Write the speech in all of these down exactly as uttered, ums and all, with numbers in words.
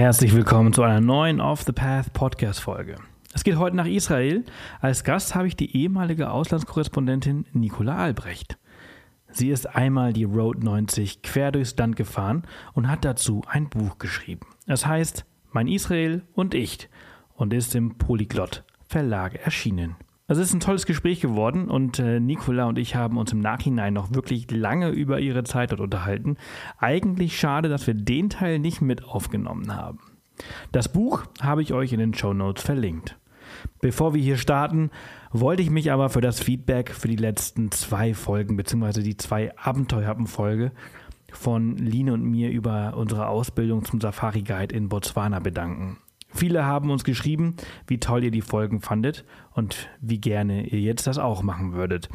Herzlich willkommen zu einer neuen Off the Path Podcast-Folge. Es geht heute nach Israel. Als Gast habe ich die ehemalige Auslandskorrespondentin Nicola Albrecht. Sie ist einmal die Road neunzig quer durchs Land gefahren und hat dazu ein Buch geschrieben. Es heißt Mein Israel und ich und ist im Polyglott Verlag erschienen. Es ist ein tolles Gespräch geworden und äh, Nicola und ich haben uns im Nachhinein noch wirklich lange über ihre Zeit dort unterhalten. Eigentlich schade, dass wir den Teil nicht mit aufgenommen haben. Das Buch habe ich euch in den Shownotes verlinkt. Bevor wir hier starten, wollte ich mich aber für das Feedback für die letzten zwei Folgen bzw. die zwei Abenteuerhappen-Folge von Line und mir über unsere Ausbildung zum Safari-Guide in Botswana bedanken. Viele haben uns geschrieben, wie toll ihr die Folgen fandet und wie gerne ihr jetzt das auch machen würdet.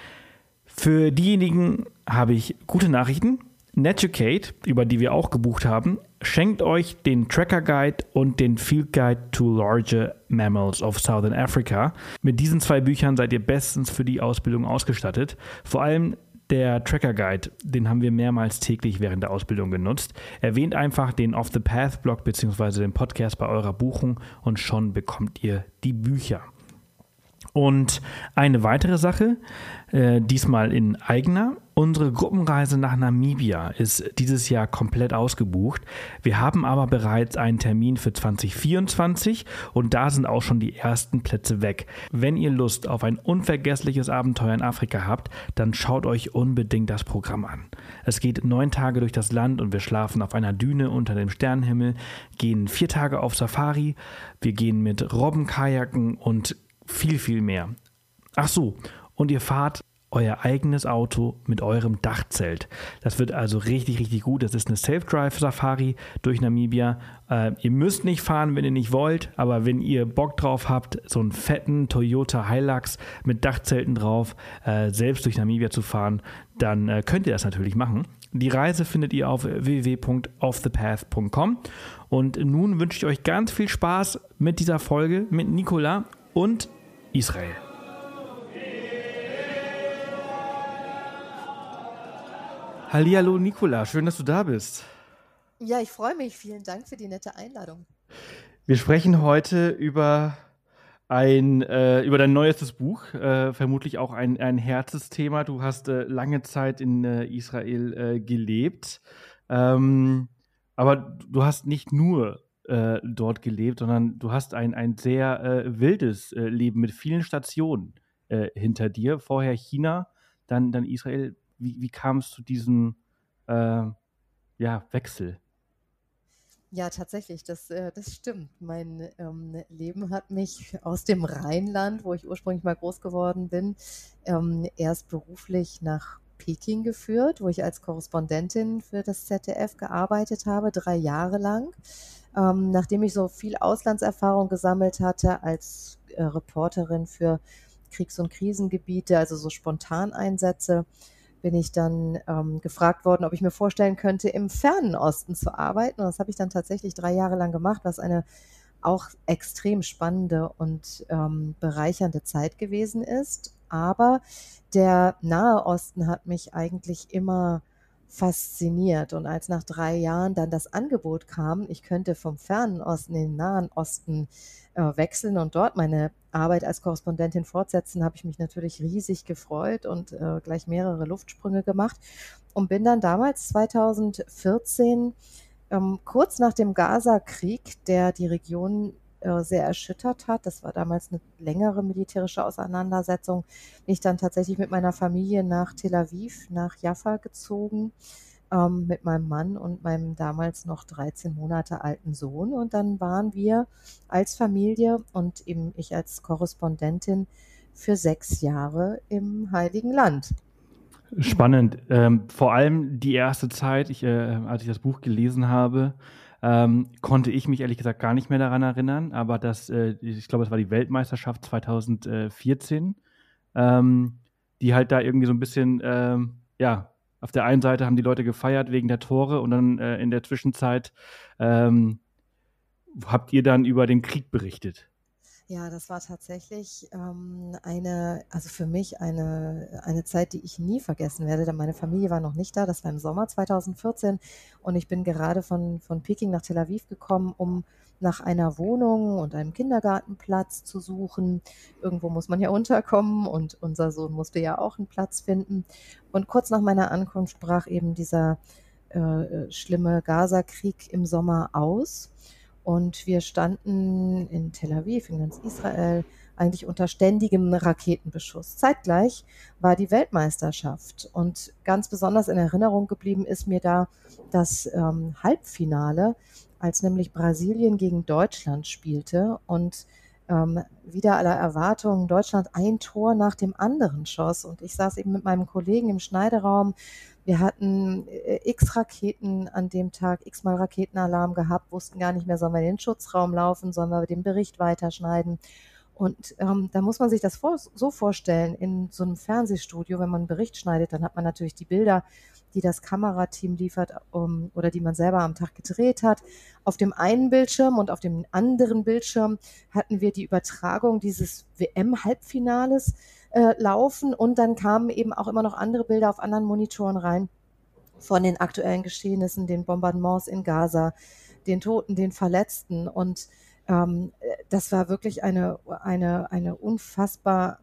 Für diejenigen habe ich gute Nachrichten. Netucate, über die wir auch gebucht haben, schenkt euch den Tracker Guide und den Field Guide to Larger Mammals of Southern Africa. Mit diesen zwei Büchern seid ihr bestens für die Ausbildung ausgestattet. Vor allem der Tracker Guide, den haben wir mehrmals täglich während der Ausbildung genutzt. Erwähnt einfach den Off the Path Blog bzw. den Podcast bei eurer Buchung und schon bekommt ihr die Bücher. Und eine weitere Sache, äh, diesmal in eigener. Unsere Gruppenreise nach Namibia ist dieses Jahr komplett ausgebucht. Wir haben aber bereits einen Termin für zwanzig vierundzwanzig und da sind auch schon die ersten Plätze weg. Wenn ihr Lust auf ein unvergessliches Abenteuer in Afrika habt, dann schaut euch unbedingt das Programm an. Es geht neun Tage durch das Land und wir schlafen auf einer Düne unter dem Sternenhimmel, gehen vier Tage auf Safari, wir gehen mit Robbenkajaken und viel, viel mehr. Ach so, und ihr fahrt euer eigenes Auto mit eurem Dachzelt. Das wird also richtig, richtig gut. Das ist eine Self-Drive-Safari durch Namibia. Äh, ihr müsst nicht fahren, wenn ihr nicht wollt, aber wenn ihr Bock drauf habt, so einen fetten Toyota Hilux mit Dachzelten drauf, äh, selbst durch Namibia zu fahren, dann äh, könnt ihr das natürlich machen. Die Reise findet ihr auf w w w punkt off the path punkt com und nun wünsche ich euch ganz viel Spaß mit dieser Folge mit Nicola und Israel. Hallihallo Nicola, schön, dass du da bist. Ja, ich freue mich. Vielen Dank für die nette Einladung. Wir sprechen heute über ein äh, über dein neuestes Buch, äh, vermutlich auch ein, ein Herzensthema. Du hast äh, lange Zeit in äh, Israel äh, gelebt, ähm, aber du hast nicht nur äh, dort gelebt, sondern du hast ein, ein sehr äh, wildes äh, Leben mit vielen Stationen äh, hinter dir. Vorher China, dann, dann Israel. Wie, wie kam es zu diesem äh, ja, Wechsel? Ja, tatsächlich, das, äh, das stimmt. Mein ähm, Leben hat mich aus dem Rheinland, wo ich ursprünglich mal groß geworden bin, ähm, erst beruflich nach Peking geführt, wo ich als Korrespondentin für das Z D F gearbeitet habe, drei Jahre lang. Ähm, nachdem ich so viel Auslandserfahrung gesammelt hatte als äh, Reporterin für Kriegs- und Krisengebiete, also so Spontaneinsätze, bin ich dann ähm, gefragt worden, ob ich mir vorstellen könnte, im Fernen Osten zu arbeiten. Und das habe ich dann tatsächlich drei Jahre lang gemacht, was eine auch extrem spannende und ähm, bereichernde Zeit gewesen ist. Aber der Nahe Osten hat mich eigentlich immer fasziniert. Und als nach drei Jahren dann das Angebot kam, ich könnte vom Fernen Osten in den Nahen Osten äh, wechseln und dort meine Arbeit als Korrespondentin fortsetzen, habe ich mich natürlich riesig gefreut und äh, gleich mehrere Luftsprünge gemacht und bin dann damals zweitausendvierzehn, ähm, kurz nach dem Gaza-Krieg, der die Region äh, sehr erschüttert hat, das war damals eine längere militärische Auseinandersetzung, bin ich dann tatsächlich mit meiner Familie nach Tel Aviv, nach Jaffa gezogen, ähm, mit meinem Mann und meinem damals noch dreizehn Monate alten Sohn. Und dann waren wir als Familie und eben ich als Korrespondentin für sechs Jahre im Heiligen Land. Spannend. Ähm, vor allem die erste Zeit, ich, äh, als ich das Buch gelesen habe, ähm, konnte ich mich ehrlich gesagt gar nicht mehr daran erinnern, aber das, äh, ich glaube, es war die Weltmeisterschaft zweitausendvierzehn, ähm, die halt da irgendwie so ein bisschen, ähm, ja, auf der einen Seite haben die Leute gefeiert wegen der Tore und dann äh, in der Zwischenzeit ähm, habt ihr dann über den Krieg berichtet. Ja, das war tatsächlich ähm, eine, also für mich eine, eine Zeit, die ich nie vergessen werde, denn meine Familie war noch nicht da. Das war im Sommer zweitausendvierzehn und ich bin gerade von, von Peking nach Tel Aviv gekommen, um nach einer Wohnung und einem Kindergartenplatz zu suchen. Irgendwo muss man ja unterkommen und unser Sohn musste ja auch einen Platz finden. Und kurz nach meiner Ankunft brach eben dieser äh, schlimme Gaza-Krieg im Sommer aus. Und wir standen in Tel Aviv, in ganz Israel, eigentlich unter ständigem Raketenbeschuss. Zeitgleich war die Weltmeisterschaft. Und ganz besonders in Erinnerung geblieben ist mir da das ähm, Halbfinale, als nämlich Brasilien gegen Deutschland spielte und ähm, wieder aller Erwartungen Deutschland ein Tor nach dem anderen schoss. Und ich saß eben mit meinem Kollegen im Schneideraum. Wir hatten äh, x Raketen an dem Tag, x-mal Raketenalarm gehabt, wussten gar nicht mehr, sollen wir in den Schutzraum laufen, sollen wir den Bericht weiterschneiden. Und ähm, da muss man sich das vor, so vorstellen, in so einem Fernsehstudio, wenn man einen Bericht schneidet, dann hat man natürlich die Bilder, die das Kamerateam liefert um, oder die man selber am Tag gedreht hat. Auf dem einen Bildschirm und auf dem anderen Bildschirm hatten wir die Übertragung dieses W M-Halbfinales äh, laufen und dann kamen eben auch immer noch andere Bilder auf anderen Monitoren rein von den aktuellen Geschehnissen, den Bombardements in Gaza, den Toten, den Verletzten und ähm, das war wirklich eine, eine, eine unfassbar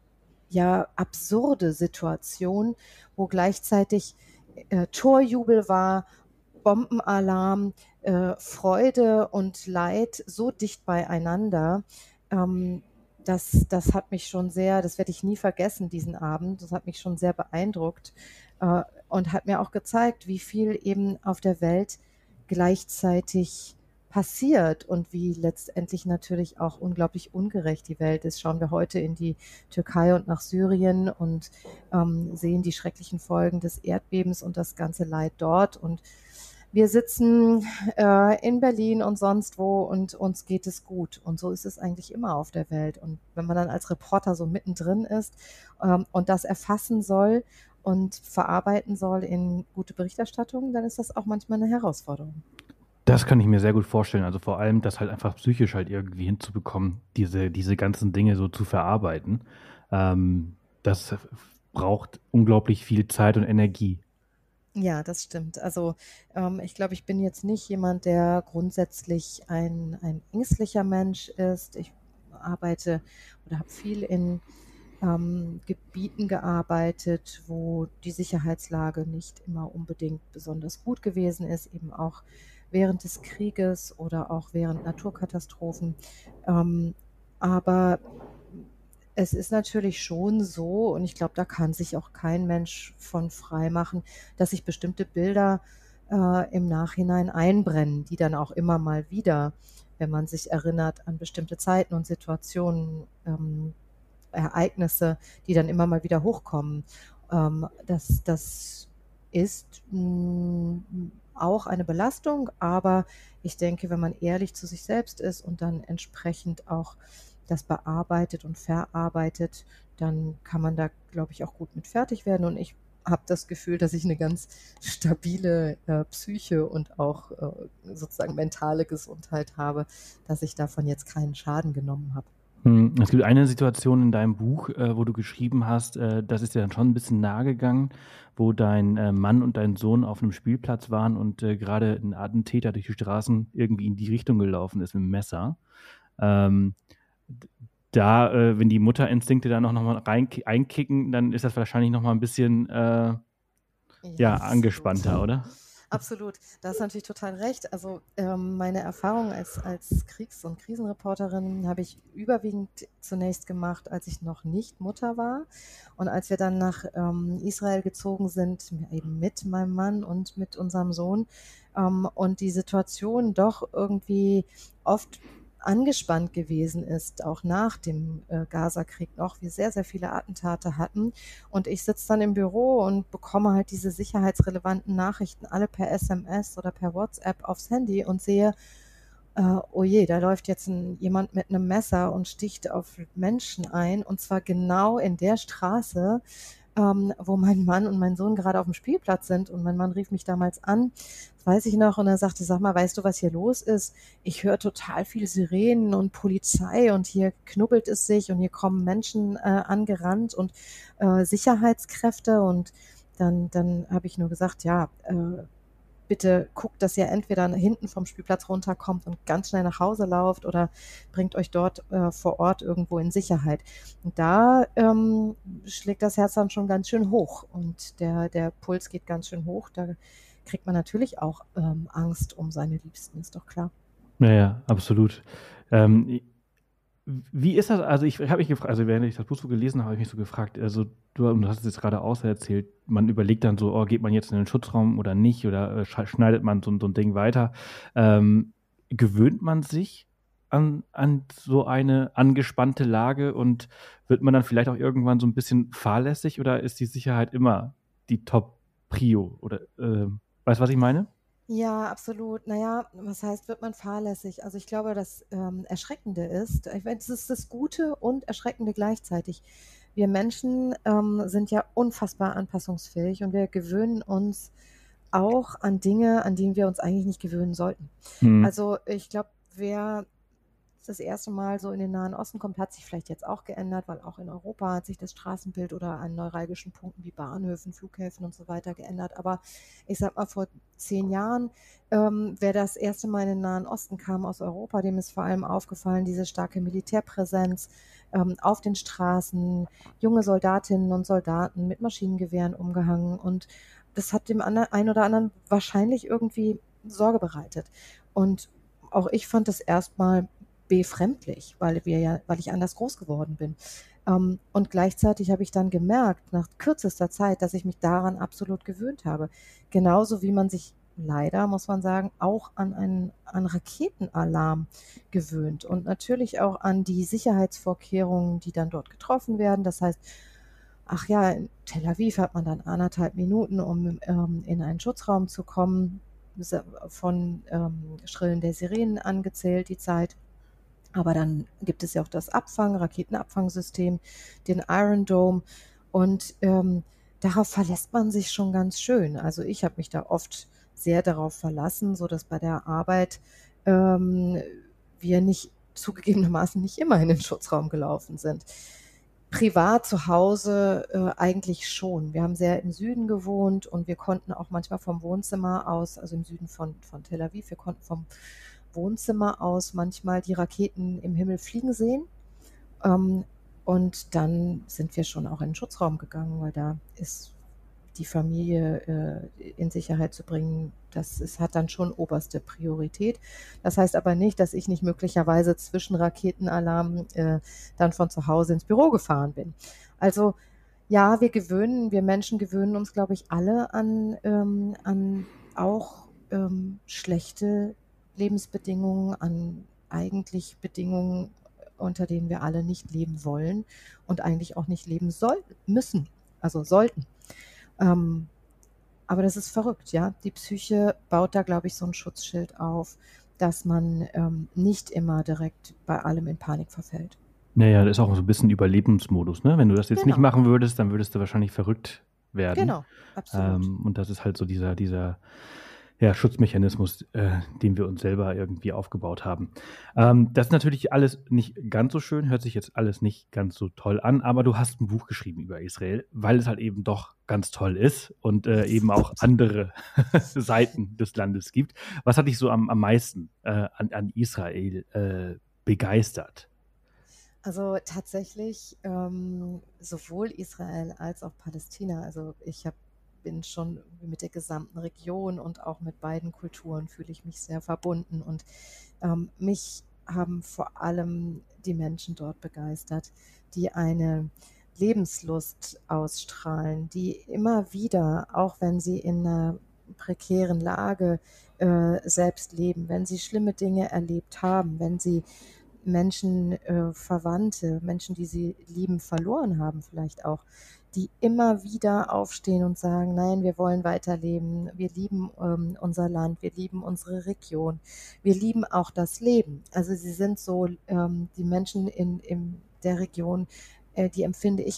ja, absurde Situation, wo gleichzeitig äh, Torjubel war, Bombenalarm, äh, Freude und Leid so dicht beieinander. Ähm, das, das hat mich schon sehr, das werde ich nie vergessen, diesen Abend. Das hat mich schon sehr beeindruckt äh, und hat mir auch gezeigt, wie viel eben auf der Welt gleichzeitig passiert und wie letztendlich natürlich auch unglaublich ungerecht die Welt ist. Schauen wir heute in die Türkei und nach Syrien und ähm, sehen die schrecklichen Folgen des Erdbebens und das ganze Leid dort. Und wir sitzen äh, in Berlin und sonst wo und uns geht es gut. Und so ist es eigentlich immer auf der Welt. Und wenn man dann als Reporter so mittendrin ist ähm, und das erfassen soll und verarbeiten soll in gute Berichterstattung, dann ist das auch manchmal eine Herausforderung. Das kann ich mir sehr gut vorstellen. Also vor allem, das halt einfach psychisch halt irgendwie hinzubekommen, diese, diese ganzen Dinge so zu verarbeiten. Ähm, das braucht unglaublich viel Zeit und Energie. Ja, das stimmt. Also ähm, ich glaube, ich bin jetzt nicht jemand, der grundsätzlich ein, ein ängstlicher Mensch ist. Ich arbeite oder habe viel in ähm, Gebieten gearbeitet, wo die Sicherheitslage nicht immer unbedingt besonders gut gewesen ist, eben auch während des Krieges oder auch während Naturkatastrophen. Ähm, aber es ist natürlich schon so, und ich glaube, da kann sich auch kein Mensch von frei machen, dass sich bestimmte Bilder äh, im Nachhinein einbrennen, die dann auch immer mal wieder, wenn man sich erinnert an bestimmte Zeiten und Situationen, ähm, Ereignisse, die dann immer mal wieder hochkommen. Ähm, das, das ist mh, auch eine Belastung, aber ich denke, wenn man ehrlich zu sich selbst ist und dann entsprechend auch das bearbeitet und verarbeitet, dann kann man da, glaube ich, auch gut mit fertig werden. Und ich habe das Gefühl, dass ich eine ganz stabile äh, Psyche und auch äh, sozusagen mentale Gesundheit habe, dass ich davon jetzt keinen Schaden genommen habe. Hm, Es gibt eine Situation in deinem Buch, äh, wo du geschrieben hast, äh, das ist dir dann schon ein bisschen nahe gegangen, wo dein äh, Mann und dein Sohn auf einem Spielplatz waren und äh, gerade ein Attentäter durch die Straßen irgendwie in die Richtung gelaufen ist mit dem Messer. Ähm, d- da, äh, wenn die Mutterinstinkte da noch, noch mal rein einkicken, dann ist das wahrscheinlich noch mal ein bisschen äh, Ja, ja, absolut. angespannter, oder? Absolut. Da hast du natürlich total recht. Also ähm, meine Erfahrung als, als Kriegs- und Krisenreporterin habe ich überwiegend zunächst gemacht, als ich noch nicht Mutter war. Und als wir dann nach ähm, Israel gezogen sind, eben mit meinem Mann und mit unserem Sohn, ähm, und die Situation doch irgendwie oft angespannt gewesen ist, auch nach dem äh, Gaza-Krieg noch, wir sehr, sehr viele Attentate hatten. Und ich sitze dann im Büro und bekomme halt diese sicherheitsrelevanten Nachrichten alle per S M S oder per WhatsApp aufs Handy und sehe, äh, oh je, da läuft jetzt ein, jemand mit einem Messer und sticht auf Menschen ein und zwar genau in der Straße, ähm, wo mein Mann und mein Sohn gerade auf dem Spielplatz sind. Und mein Mann rief mich damals an, das weiß ich noch, und er sagte, sag mal, weißt du, was hier los ist? Ich höre total viel Sirenen und Polizei und hier knubbelt es sich und hier kommen Menschen äh, angerannt und äh, Sicherheitskräfte. Und dann, dann habe ich nur gesagt, ja, äh, bitte guckt, dass ihr entweder hinten vom Spielplatz runterkommt und ganz schnell nach Hause lauft oder bringt euch dort äh, vor Ort irgendwo in Sicherheit. Und da ähm, schlägt das Herz dann schon ganz schön hoch und der, der Puls geht ganz schön hoch. Da kriegt man natürlich auch ähm, Angst um seine Liebsten, ist doch klar. Ja, ja, absolut. Ähm, wie ist das? Also ich habe mich gefragt, also während ich das Buch so gelesen habe, habe ich mich so gefragt, also du, du hast es jetzt gerade auch erzählt, man überlegt dann so, oh, geht man jetzt in den Schutzraum oder nicht oder äh, schneidet man so, so ein Ding weiter. Ähm, gewöhnt man sich an, an so eine angespannte Lage und wird man dann vielleicht auch irgendwann so ein bisschen fahrlässig oder ist die Sicherheit immer die Top-Prio? Oder äh, weißt du, was ich meine? Ja, absolut. Naja, was heißt, wird man fahrlässig? Also ich glaube, das ähm, Erschreckende ist, ich meine, es ist das Gute und Erschreckende gleichzeitig. Wir Menschen ähm, sind ja unfassbar anpassungsfähig und wir gewöhnen uns auch an Dinge, an denen wir uns eigentlich nicht gewöhnen sollten. Mhm. Also ich glaube, wer das erste Mal so in den Nahen Osten kommt, hat sich vielleicht jetzt auch geändert, weil auch in Europa hat sich das Straßenbild oder an neuralgischen Punkten wie Bahnhöfen, Flughäfen und so weiter geändert. Aber ich sag mal, vor zehn Jahren, ähm, wer das erste Mal in den Nahen Osten kam aus Europa, dem ist vor allem aufgefallen, diese starke Militärpräsenz ähm, auf den Straßen, junge Soldatinnen und Soldaten mit Maschinengewehren umgehangen. Und das hat dem einen oder anderen wahrscheinlich irgendwie Sorge bereitet. Und auch ich fand das erstmal befremdlich, weil wir ja, weil ich anders groß geworden bin. Ähm, und gleichzeitig habe ich dann gemerkt, nach kürzester Zeit, dass ich mich daran absolut gewöhnt habe. Genauso wie man sich leider, muss man sagen, auch an einen an Raketenalarm gewöhnt und natürlich auch an die Sicherheitsvorkehrungen, die dann dort getroffen werden. Das heißt, ach ja, in Tel Aviv hat man dann anderthalb Minuten, um ähm, in einen Schutzraum zu kommen, von ähm, Schrillen der Sirenen angezählt, die Zeit. Aber dann gibt es ja auch das Abfang, Raketenabfangsystem, den Iron Dome und ähm, darauf verlässt man sich schon ganz schön. Also ich habe mich da oft sehr darauf verlassen, so dass bei der Arbeit ähm, wir nicht zugegebenermaßen nicht immer in den Schutzraum gelaufen sind. Privat zu Hause äh, eigentlich schon. Wir haben sehr im Süden gewohnt und wir konnten auch manchmal vom Wohnzimmer aus, also im Süden von, von Tel Aviv, wir konnten vom Wohnzimmer aus manchmal die Raketen im Himmel fliegen sehen. Ähm, und dann sind wir schon auch in den Schutzraum gegangen, weil da ist die Familie äh, in Sicherheit zu bringen, das ist, hat dann schon oberste Priorität. Das heißt aber nicht, dass ich nicht möglicherweise zwischen Raketenalarmen äh, dann von zu Hause ins Büro gefahren bin. Also ja, wir gewöhnen, wir Menschen gewöhnen uns, glaube ich, alle an, ähm, an auch ähm, schlechte Lebensbedingungen, an eigentlich Bedingungen, unter denen wir alle nicht leben wollen und eigentlich auch nicht leben soll, müssen, also sollten. Ähm, aber das ist verrückt, ja. Die Psyche baut da, glaube ich, so ein Schutzschild auf, dass man ähm, nicht immer direkt bei allem in Panik verfällt. Naja, das ist auch so ein bisschen Überlebensmodus, ne? Wenn du das jetzt nicht Genau, machen würdest, dann würdest du wahrscheinlich verrückt werden. genau, absolut. Ähm, und das ist halt so dieser, dieser ja, Schutzmechanismus, äh, den wir uns selber irgendwie aufgebaut haben. Ähm, das ist natürlich alles nicht ganz so schön, hört sich jetzt alles nicht ganz so toll an, aber du hast ein Buch geschrieben über Israel, weil es halt eben doch ganz toll ist und äh, eben auch andere Seiten des Landes gibt. Was hat dich so am, am meisten äh, an, an Israel äh, begeistert? Also tatsächlich ähm, sowohl Israel als auch Palästina. Also ich hab, bin schon mit der gesamten Region und auch mit beiden Kulturen fühle ich mich sehr verbunden. Und ähm, mich haben vor allem die Menschen dort begeistert, die eine Lebenslust ausstrahlen, die immer wieder, auch wenn sie in einer prekären Lage äh, selbst leben, wenn sie schlimme Dinge erlebt haben, wenn sie Menschen, äh, Verwandte, Menschen, die sie lieben, verloren haben vielleicht auch, die immer wieder aufstehen und sagen, nein, wir wollen weiterleben, wir lieben ähm, unser Land, wir lieben unsere Region, wir lieben auch das Leben. Also sie sind so, ähm, die Menschen in, in der Region, äh, die empfinde ich als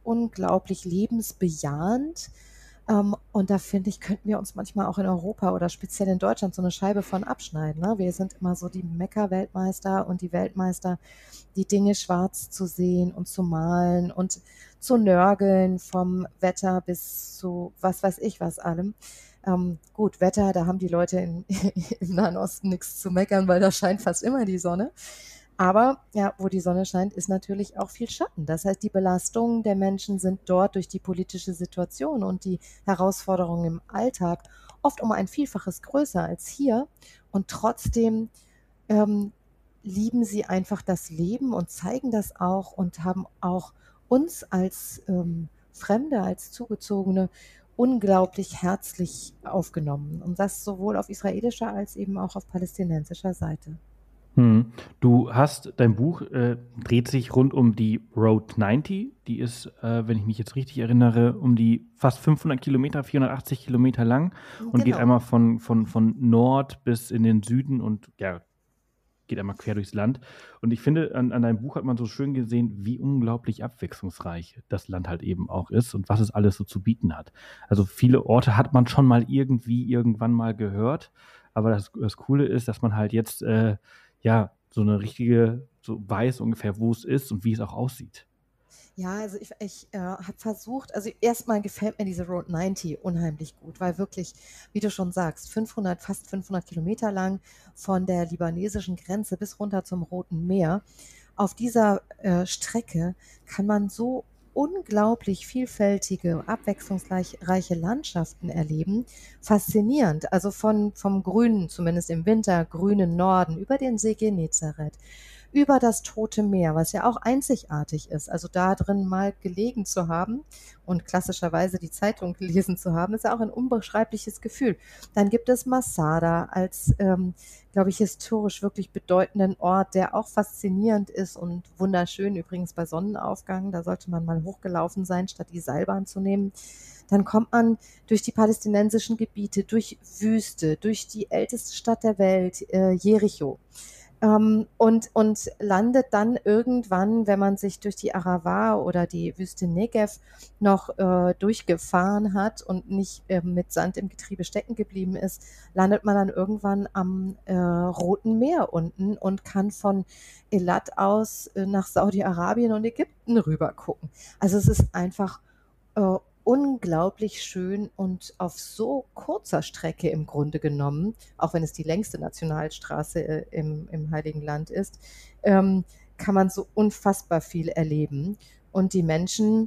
unglaublich lebensbejahend. Ähm, und da finde ich, könnten wir uns manchmal auch in Europa oder speziell in Deutschland so eine Scheibe von abschneiden. Ne? Wir sind immer so die Mekka-Weltmeister und die Weltmeister, die Dinge schwarz zu sehen und zu malen und zu nörgeln, vom Wetter bis zu was weiß ich was allem. Ähm, gut, Wetter, da haben die Leute in, im Nahen Osten nichts zu meckern, weil da scheint fast immer die Sonne. Aber ja, wo die Sonne scheint, ist natürlich auch viel Schatten. Das heißt, die Belastungen der Menschen sind dort durch die politische Situation und die Herausforderungen im Alltag oft um ein Vielfaches größer als hier. Und trotzdem ähm, lieben sie einfach das Leben und zeigen das auch und haben auch uns als ähm, Fremde, als Zugezogene unglaublich herzlich aufgenommen. Und das sowohl auf israelischer als eben auch auf palästinensischer Seite. Hm. Du hast, dein Buch äh, dreht sich rund um die Road neunzig. Die ist, äh, wenn ich mich jetzt richtig erinnere, um die fast fünfhundert Kilometer, vierhundertachtzig Kilometer lang und geht Genau. einmal von, von, von Nord bis in den Süden und ja, geht einmal quer durchs Land. Und ich finde, an, an deinem Buch hat man so schön gesehen, wie unglaublich abwechslungsreich das Land halt eben auch ist und was es alles so zu bieten hat. Also viele Orte hat man schon mal irgendwie irgendwann mal gehört, aber das, das Coole ist, dass man halt jetzt äh, ja so eine richtige, so weiß ungefähr, wo es ist und wie es auch aussieht. Ja, also ich, ich äh, habe versucht, also erstmal gefällt mir diese Road neunzig unheimlich gut, weil wirklich, wie du schon sagst, fünfhundert, fast fünfhundert Kilometer lang von der libanesischen Grenze bis runter zum Roten Meer. Auf dieser äh, Strecke kann man so unglaublich vielfältige, abwechslungsreiche Landschaften erleben. Faszinierend. Also von, vom grünen, zumindest im Winter, grünen Norden über den See Genezareth, über das Tote Meer, was ja auch einzigartig ist. Also da drin mal gelegen zu haben und klassischerweise die Zeitung gelesen zu haben, ist ja auch ein unbeschreibliches Gefühl. Dann gibt es Masada als, ähm, glaube ich, historisch wirklich bedeutenden Ort, der auch faszinierend ist und wunderschön, übrigens bei Sonnenaufgang. Da sollte man mal hochgelaufen sein, statt die Seilbahn zu nehmen. Dann kommt man durch die palästinensischen Gebiete, durch Wüste, durch die älteste Stadt der Welt, äh, Jericho. Ähm, und, und landet dann irgendwann, wenn man sich durch die Arava oder die Wüste Negev noch äh, durchgefahren hat und nicht äh, mit Sand im Getriebe stecken geblieben ist, landet man dann irgendwann am äh, Roten Meer unten und kann von Eilat aus äh, nach Saudi-Arabien und Ägypten rüber gucken. Also es ist einfach äh, unglaublich schön und auf so kurzer Strecke im Grunde genommen, auch wenn es die längste Nationalstraße äh, im, im Heiligen Land ist, ähm, kann man so unfassbar viel erleben. Und die Menschen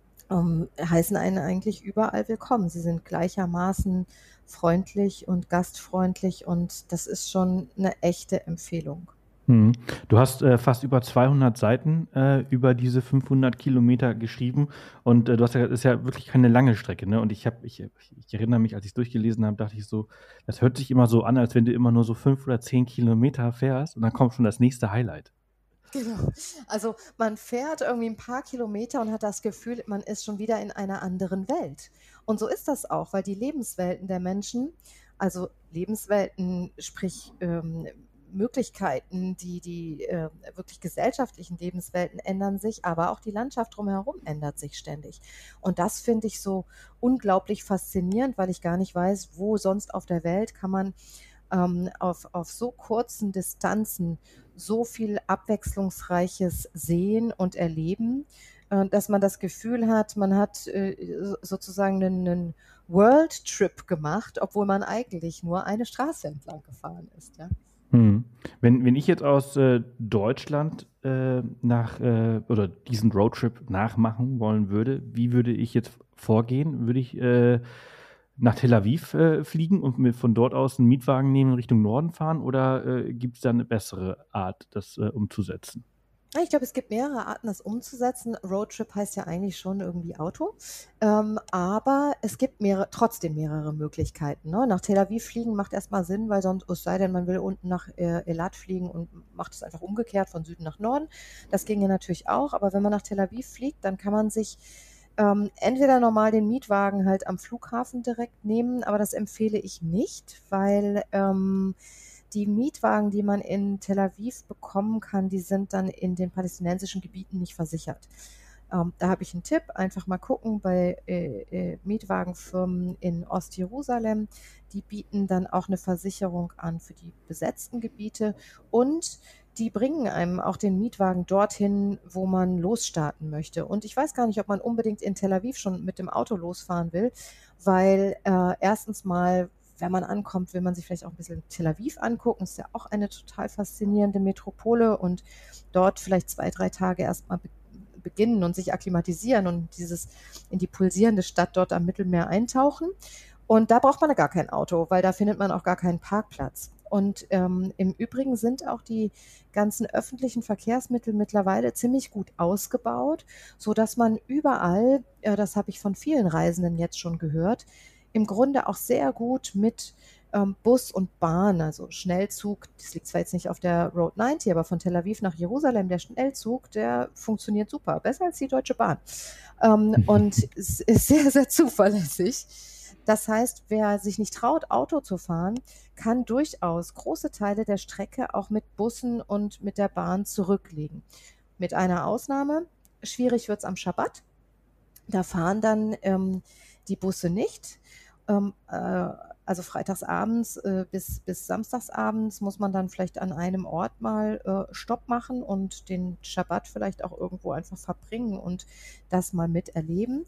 ähm, heißen einen eigentlich überall willkommen. Sie sind gleichermaßen freundlich und gastfreundlich und das ist schon eine echte Empfehlung. Hm. Du hast äh, fast über zweihundert Seiten äh, über diese fünfhundert Kilometer geschrieben und äh, du hast ja, das ist ja wirklich keine lange Strecke, ne? Und ich habe, ich, ich erinnere mich, als ich es durchgelesen habe, dachte ich so, das hört sich immer so an, als wenn du immer nur so fünf oder zehn Kilometer fährst und dann kommt schon das nächste Highlight. Genau. Also man fährt irgendwie ein paar Kilometer und hat das Gefühl, man ist schon wieder in einer anderen Welt. Und so ist das auch, weil die Lebenswelten der Menschen, also Lebenswelten, sprich ähm, Möglichkeiten, die, die äh, wirklich gesellschaftlichen Lebenswelten ändern sich, aber auch die Landschaft drumherum ändert sich ständig. Und das finde ich so unglaublich faszinierend, weil ich gar nicht weiß, wo sonst auf der Welt kann man ähm, auf, auf so kurzen Distanzen so viel Abwechslungsreiches sehen und erleben, äh, dass man das Gefühl hat, man hat äh, sozusagen einen, einen World Trip gemacht, obwohl man eigentlich nur eine Straße entlang gefahren ist. Ja? Hm. Wenn, wenn ich jetzt aus äh, Deutschland äh, nach äh, oder diesen Roadtrip nachmachen wollen würde, wie würde ich jetzt vorgehen? Würde ich äh, nach Tel Aviv äh, fliegen und mir von dort aus einen Mietwagen nehmen und Richtung Norden fahren oder äh, gibt es da eine bessere Art, das äh, umzusetzen? Ich glaube, es gibt mehrere Arten, das umzusetzen. Roadtrip heißt ja eigentlich schon irgendwie Auto. Ähm, aber es gibt mehrere, trotzdem mehrere Möglichkeiten. Ne? Nach Tel Aviv fliegen macht erstmal Sinn, weil sonst, es sei denn, man will unten nach äh, Eilat fliegen und macht es einfach umgekehrt von Süden nach Norden. Das ginge natürlich auch. Aber wenn man nach Tel Aviv fliegt, dann kann man sich ähm, entweder normal den Mietwagen halt am Flughafen direkt nehmen, aber das empfehle ich nicht, weil ähm, die Mietwagen, die man in Tel Aviv bekommen kann, die sind dann in den palästinensischen Gebieten nicht versichert. Ähm, da habe ich einen Tipp, einfach mal gucken bei äh, äh, Mietwagenfirmen in Ostjerusalem. Die bieten dann auch eine Versicherung an für die besetzten Gebiete und die bringen einem auch den Mietwagen dorthin, wo man losstarten möchte. Und ich weiß gar nicht, ob man unbedingt in Tel Aviv schon mit dem Auto losfahren will, weil äh, erstens mal, wenn man ankommt, will man sich vielleicht auch ein bisschen Tel Aviv angucken. Ist ja auch eine total faszinierende Metropole und dort vielleicht zwei, drei Tage erstmal be beginnen und sich akklimatisieren und dieses in die pulsierende Stadt dort am Mittelmeer eintauchen. Und da braucht man ja gar kein Auto, weil da findet man auch gar keinen Parkplatz. Und ähm, im Übrigen sind auch die ganzen öffentlichen Verkehrsmittel mittlerweile ziemlich gut ausgebaut, so dass man überall, äh, das habe ich von vielen Reisenden jetzt schon gehört, im Grunde auch sehr gut mit ähm, Bus und Bahn, also Schnellzug, das liegt zwar jetzt nicht auf der Road neunzig, aber von Tel Aviv nach Jerusalem, der Schnellzug, der funktioniert super, besser als die Deutsche Bahn. Ähm, und es ist sehr, sehr zuverlässig. Das heißt, wer sich nicht traut, Auto zu fahren, kann durchaus große Teile der Strecke auch mit Bussen und mit der Bahn zurücklegen. Mit einer Ausnahme, schwierig wird es am Schabbat. Da fahren dann ähm, die Busse nicht. Ähm, äh, also freitagsabends äh, bis, bis samstagsabends muss man dann vielleicht an einem Ort mal äh, Stopp machen und den Schabbat vielleicht auch irgendwo einfach verbringen und das mal miterleben.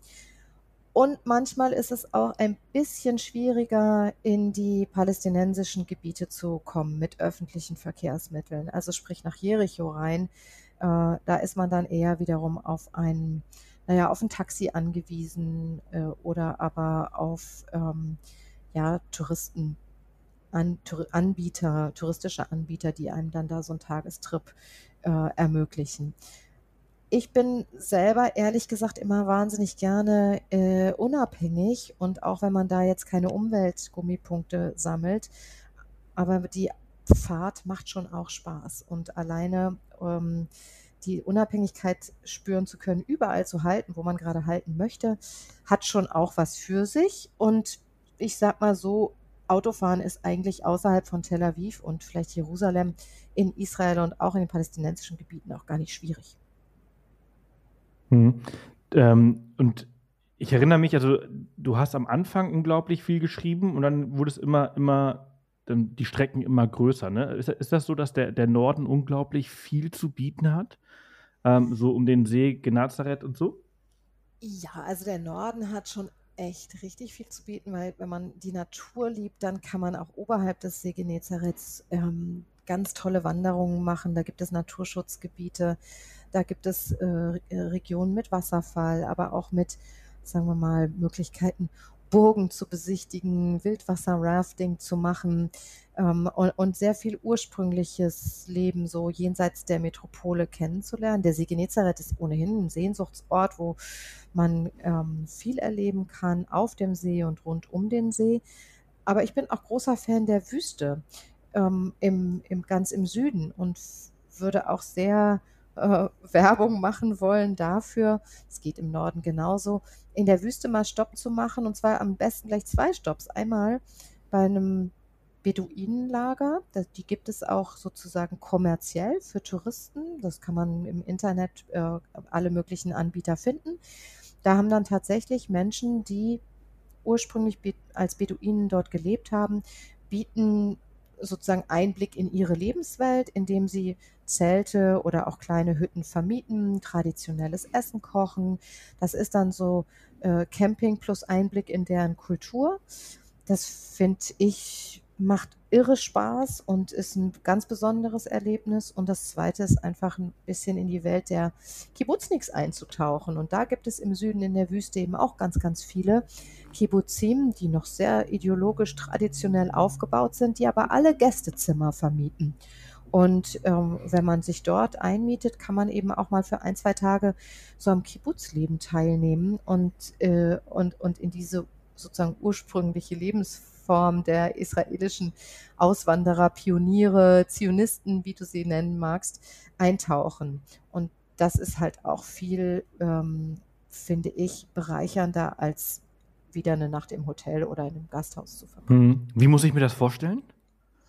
Und manchmal ist es auch ein bisschen schwieriger, in die palästinensischen Gebiete zu kommen mit öffentlichen Verkehrsmitteln. Also sprich nach Jericho rein. Äh, da ist man dann eher wiederum auf ein, naja, auf ein Taxi angewiesen äh, oder aber auf ähm, ja, Touristen, an, Tour, Anbieter, touristische Anbieter, die einem dann da so einen Tagestrip äh, ermöglichen. Ich bin selber ehrlich gesagt immer wahnsinnig gerne äh, unabhängig und auch wenn man da jetzt keine Umweltgummipunkte sammelt, aber die Fahrt macht schon auch Spaß und alleine ähm, die Unabhängigkeit spüren zu können, überall zu halten, wo man gerade halten möchte, hat schon auch was für sich und ich sag mal so, Autofahren ist eigentlich außerhalb von Tel Aviv und vielleicht Jerusalem in Israel und auch in den palästinensischen Gebieten auch gar nicht schwierig. Mhm. Ähm, und ich erinnere mich, also du hast am Anfang unglaublich viel geschrieben und dann wurde es immer, immer, dann die Strecken immer größer. Ne? Ist, ist das so, dass der, der Norden unglaublich viel zu bieten hat? Ähm, so um den See Genezareth und so? Ja, also der Norden hat schon echt richtig viel zu bieten, weil wenn man die Natur liebt, dann kann man auch oberhalb des See Genezareths ähm, ganz tolle Wanderungen machen. Da gibt es Naturschutzgebiete, da gibt es äh, Regionen mit Wasserfall, aber auch mit, sagen wir mal, Möglichkeiten, Burgen zu besichtigen, Wildwasser-Rafting zu machen ähm, und, und sehr viel ursprüngliches Leben so jenseits der Metropole kennenzulernen. Der See Genezareth ist ohnehin ein Sehnsuchtsort, wo man ähm, viel erleben kann auf dem See und rund um den See. Aber ich bin auch großer Fan der Wüste ähm, im, im, ganz im Süden und würde auch sehr äh, Werbung machen wollen dafür, es geht im Norden genauso, in der Wüste mal Stopp zu machen und zwar am besten gleich zwei Stopps. Einmal bei einem Beduinenlager, das, die gibt es auch sozusagen kommerziell für Touristen. Das kann man im Internet äh, alle möglichen Anbieter finden. Da haben dann tatsächlich Menschen, die ursprünglich als Beduinen dort gelebt haben, bieten sozusagen Einblick in ihre Lebenswelt, indem sie Zelte oder auch kleine Hütten vermieten, traditionelles Essen kochen. Das ist dann so äh, Camping plus Einblick in deren Kultur. Das finde ich macht irre Spaß und ist ein ganz besonderes Erlebnis. Und das Zweite ist einfach ein bisschen in die Welt der Kibbutzniks einzutauchen. Und da gibt es im Süden in der Wüste eben auch ganz, ganz viele Kibbutzim, die noch sehr ideologisch traditionell aufgebaut sind, die aber alle Gästezimmer vermieten. Und ähm, wenn man sich dort einmietet, kann man eben auch mal für ein, zwei Tage so am Kibbutzleben teilnehmen und, äh, und, und in diese sozusagen ursprüngliche Lebensform der israelischen Auswanderer, Pioniere, Zionisten, wie du sie nennen magst, eintauchen. Und das ist halt auch viel, ähm, finde ich, bereichernder als wieder eine Nacht im Hotel oder in einem Gasthaus zu verbringen. Hm. Wie muss ich mir das vorstellen?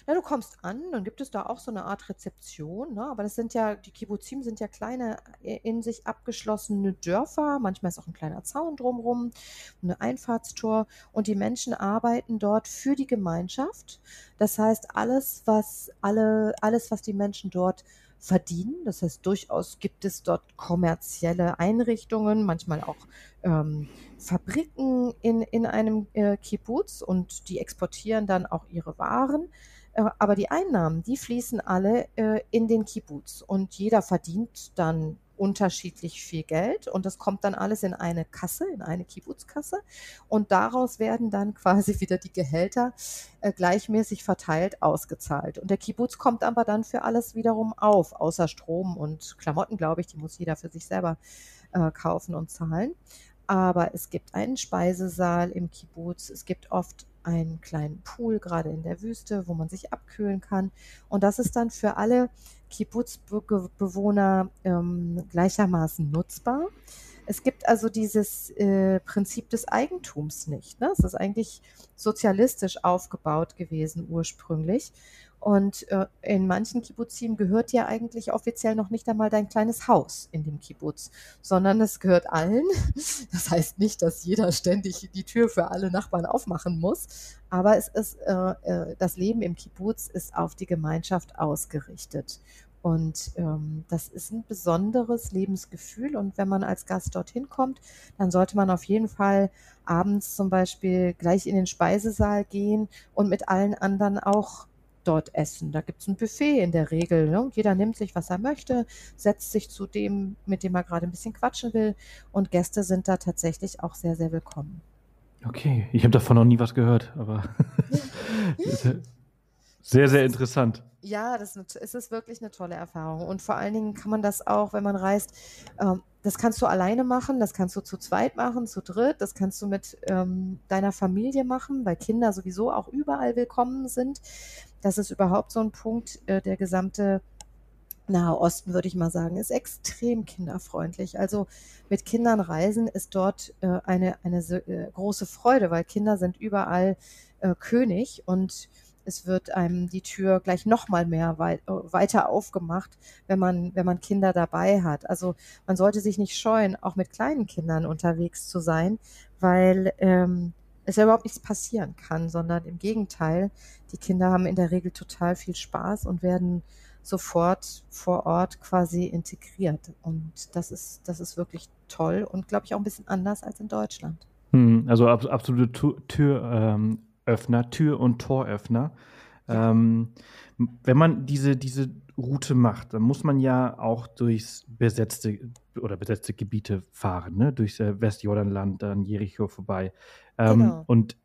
Na, du kommst an, dann gibt es da auch so eine Art Rezeption, ne? Aber das sind ja, die Kibbuzim sind ja kleine, i- in sich abgeschlossene Dörfer. Manchmal ist auch ein kleiner Zaun drumherum, eine Einfahrtstor. Und die Menschen arbeiten dort für die Gemeinschaft. Das heißt, alles, was alle, alles, was die Menschen dort verdienen, das heißt, durchaus gibt es dort kommerzielle Einrichtungen, manchmal auch ähm, Fabriken in, in einem äh, Kibbuz, und die exportieren dann auch ihre Waren. Äh, aber die Einnahmen, die fließen alle äh, in den Kibbuz, und jeder verdient dann unterschiedlich viel Geld, und das kommt dann alles in eine Kasse, in eine Kibbuz-Kasse, und daraus werden dann quasi wieder die Gehälter äh, gleichmäßig verteilt ausgezahlt. Und der Kibbuz kommt aber dann für alles wiederum auf, außer Strom und Klamotten, glaube ich, die muss jeder für sich selber äh, kaufen und zahlen. Aber es gibt einen Speisesaal im Kibbuz, es gibt oft einen kleinen Pool, gerade in der Wüste, wo man sich abkühlen kann. Und das ist dann für alle Kibbuz-Bewohner ähm, gleichermaßen nutzbar. Es gibt also dieses äh, Prinzip des Eigentums nicht. Ne? Es ist eigentlich sozialistisch aufgebaut gewesen ursprünglich. Und äh, in manchen Kibbuzim gehört ja eigentlich offiziell noch nicht einmal dein kleines Haus in dem Kibbuz, sondern es gehört allen. Das heißt nicht, dass jeder ständig die Tür für alle Nachbarn aufmachen muss, aber es ist, äh, äh, das Leben im Kibbuz ist auf die Gemeinschaft ausgerichtet. Und ähm, das ist ein besonderes Lebensgefühl. Und wenn man als Gast dorthin kommt, dann sollte man auf jeden Fall abends zum Beispiel gleich in den Speisesaal gehen und mit allen anderen auch dort essen. Da gibt es ein Buffet in der Regel. Ne? Jeder nimmt sich, was er möchte, setzt sich zu dem, mit dem er gerade ein bisschen quatschen will. Und Gäste sind da tatsächlich auch sehr, sehr willkommen. Okay, ich habe davon noch nie was gehört, aber sehr, sehr interessant. Ja, das ist, es ist wirklich eine tolle Erfahrung. Und vor allen Dingen kann man das auch, wenn man reist, ähm, das kannst du alleine machen, das kannst du zu zweit machen, zu dritt, das kannst du mit ähm, deiner Familie machen, weil Kinder sowieso auch überall willkommen sind. Das ist überhaupt so ein Punkt. Äh, der gesamte Nahe Osten, würde ich mal sagen, ist extrem kinderfreundlich. Also mit Kindern reisen ist dort äh, eine, eine so, äh, große Freude, weil Kinder sind überall äh, König, und es wird einem die Tür gleich noch mal mehr wei äh, weiter aufgemacht, wenn man, wenn man Kinder dabei hat. Also man sollte sich nicht scheuen, auch mit kleinen Kindern unterwegs zu sein, weil ähm, es ja überhaupt nichts passieren kann, sondern im Gegenteil, die Kinder haben in der Regel total viel Spaß und werden sofort vor Ort quasi integriert. Und das ist, das ist wirklich toll und, glaube ich, auch ein bisschen anders als in Deutschland. Hm, also abs absolute Tu Türöffner, ähm, Öffner, Tür- und Toröffner. Ja, Ähm, m- wenn man diese, diese Route macht, dann muss man ja auch durchs besetzte oder besetzte Gebiete fahren, ne? Durchs äh, Westjordanland, dann Jericho vorbei. Ähm, genau. und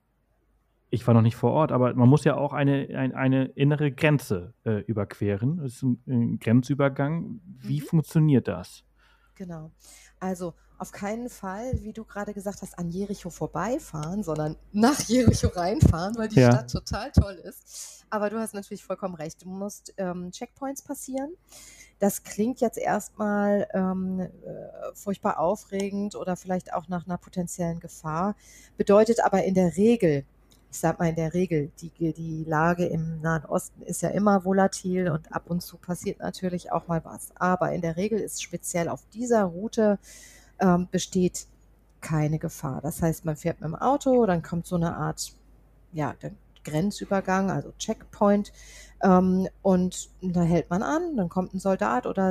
ich war noch nicht vor Ort, aber man muss ja auch eine, ein, eine innere Grenze äh, überqueren. Das ist ein, ein Grenzübergang. Wie Mhm. funktioniert das? Genau. Also auf keinen Fall, wie du gerade gesagt hast, an Jericho vorbeifahren, sondern nach Jericho reinfahren, weil die Ja. Stadt total toll ist. Aber du hast natürlich vollkommen recht. Du musst ähm, Checkpoints passieren. Das klingt jetzt erstmal ähm, äh, furchtbar aufregend oder vielleicht auch nach einer potenziellen Gefahr, bedeutet aber in der Regel, ich sag mal in der Regel, die, die Lage im Nahen Osten ist ja immer volatil und ab und zu passiert natürlich auch mal was. Aber in der Regel ist speziell auf dieser Route ähm, besteht keine Gefahr. Das heißt, man fährt mit dem Auto, dann kommt so eine Art, ja, der Grenzübergang, also Checkpoint, ähm, und da hält man an, dann kommt ein Soldat oder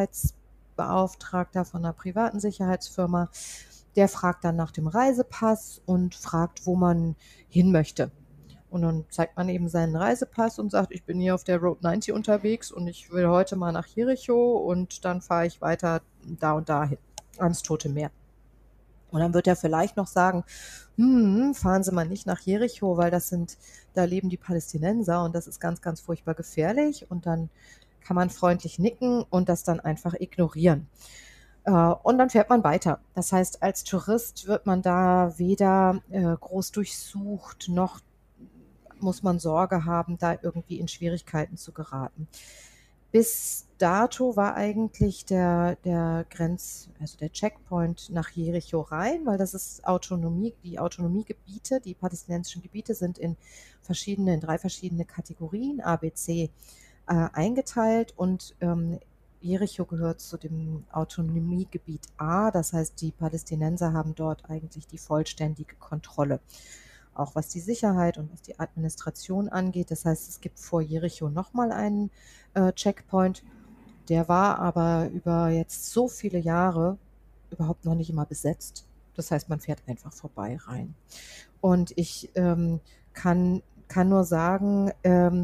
Sicherheitsbeauftragter von einer privaten Sicherheitsfirma, der fragt dann nach dem Reisepass und fragt, wo man hin möchte. Und dann zeigt man eben seinen Reisepass und sagt, ich bin hier auf der Road neunzig unterwegs und ich will heute mal nach Jericho, und dann fahre ich weiter da und dahin ans Tote Meer. Und dann wird er vielleicht noch sagen, hm, fahren Sie mal nicht nach Jericho, weil das sind, da leben die Palästinenser und das ist ganz, ganz furchtbar gefährlich. Und dann kann man freundlich nicken und das dann einfach ignorieren. Äh, und dann fährt man weiter. Das heißt, als Tourist wird man da weder äh, groß durchsucht, noch muss man Sorge haben, da irgendwie in Schwierigkeiten zu geraten. Bis dato war eigentlich der, der Grenz, also der Checkpoint nach Jericho rein, weil das ist Autonomie, die Autonomiegebiete, die palästinensischen Gebiete sind in verschiedene, in drei verschiedene Kategorien, A, B, C, äh, eingeteilt und ähm, Jericho gehört zu dem Autonomiegebiet A, das heißt, die Palästinenser haben dort eigentlich die vollständige Kontrolle, auch was die Sicherheit und was die Administration angeht. Das heißt, es gibt vor Jericho nochmal einen äh, Checkpoint. Der war aber über jetzt so viele Jahre überhaupt noch nicht immer besetzt. Das heißt, man fährt einfach vorbei rein. Und ich ähm, kann, kann nur sagen, ähm,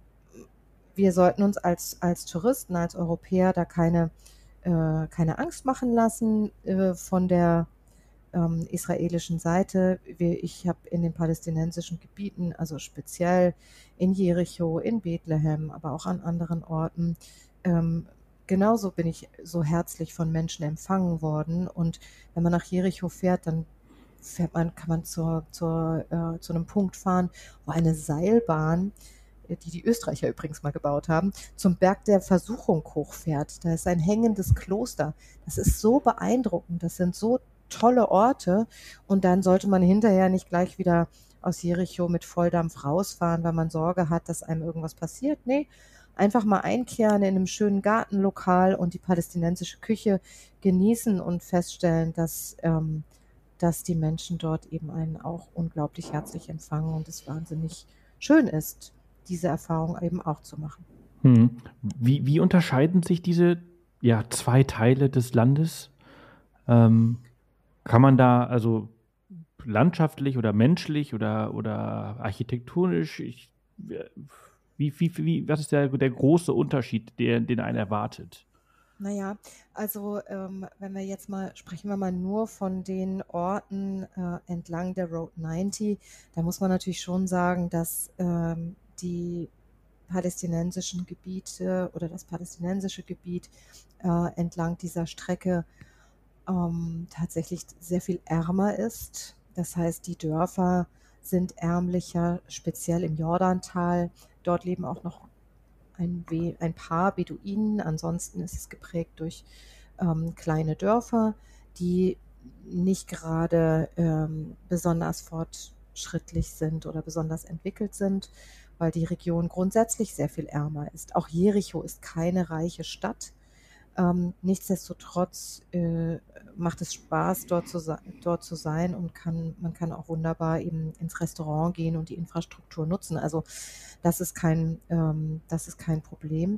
wir sollten uns als, als Touristen, als Europäer da keine, äh, keine Angst machen lassen äh, von der ähm, israelischen Seite. Wir, ich habe in den palästinensischen Gebieten, also speziell in Jericho, in Bethlehem, aber auch an anderen Orten, ähm, genauso bin ich so herzlich von Menschen empfangen worden. Und wenn man nach Jericho fährt, dann fährt man, kann man zur, zur, äh, zu einem Punkt fahren, wo eine Seilbahn, äh, die die Österreicher übrigens mal gebaut haben, zum Berg der Versuchung hochfährt. Da ist ein hängendes Kloster. Das ist so beeindruckend. Das sind so tolle Orte. Und dann sollte man hinterher nicht gleich wieder aus Jericho mit Volldampf rausfahren, weil man Sorge hat, dass einem irgendwas passiert. Nee, einfach mal einkehren in einem schönen Gartenlokal und die palästinensische Küche genießen und feststellen, dass, ähm, dass die Menschen dort eben einen auch unglaublich herzlich empfangen und es wahnsinnig schön ist, diese Erfahrung eben auch zu machen. Hm. Wie, wie unterscheiden sich diese ja, zwei Teile des Landes? Ähm, kann man da also landschaftlich oder menschlich oder, oder architektonisch, ich, wie, wie, wie, was ist der, der große Unterschied, der, den einen erwartet? Naja, also ähm, wenn wir jetzt mal, sprechen wir mal nur von den Orten äh, entlang der Route neunzig, da muss man natürlich schon sagen, dass ähm, die palästinensischen Gebiete oder das palästinensische Gebiet äh, entlang dieser Strecke ähm, tatsächlich sehr viel ärmer ist. Das heißt, die Dörfer sind ärmlicher, speziell im Jordantal. Dort leben auch noch ein, We ein paar Beduinen. Ansonsten ist es geprägt durch ähm, kleine Dörfer, die nicht gerade ähm, besonders fortschrittlich sind oder besonders entwickelt sind, weil die Region grundsätzlich sehr viel ärmer ist. Auch Jericho ist keine reiche Stadt. Ähm, nichtsdestotrotz äh, macht es Spaß, dort zu, dort zu sein und kann, man kann auch wunderbar eben ins Restaurant gehen und die Infrastruktur nutzen. Also das ist kein, ähm, das ist kein Problem.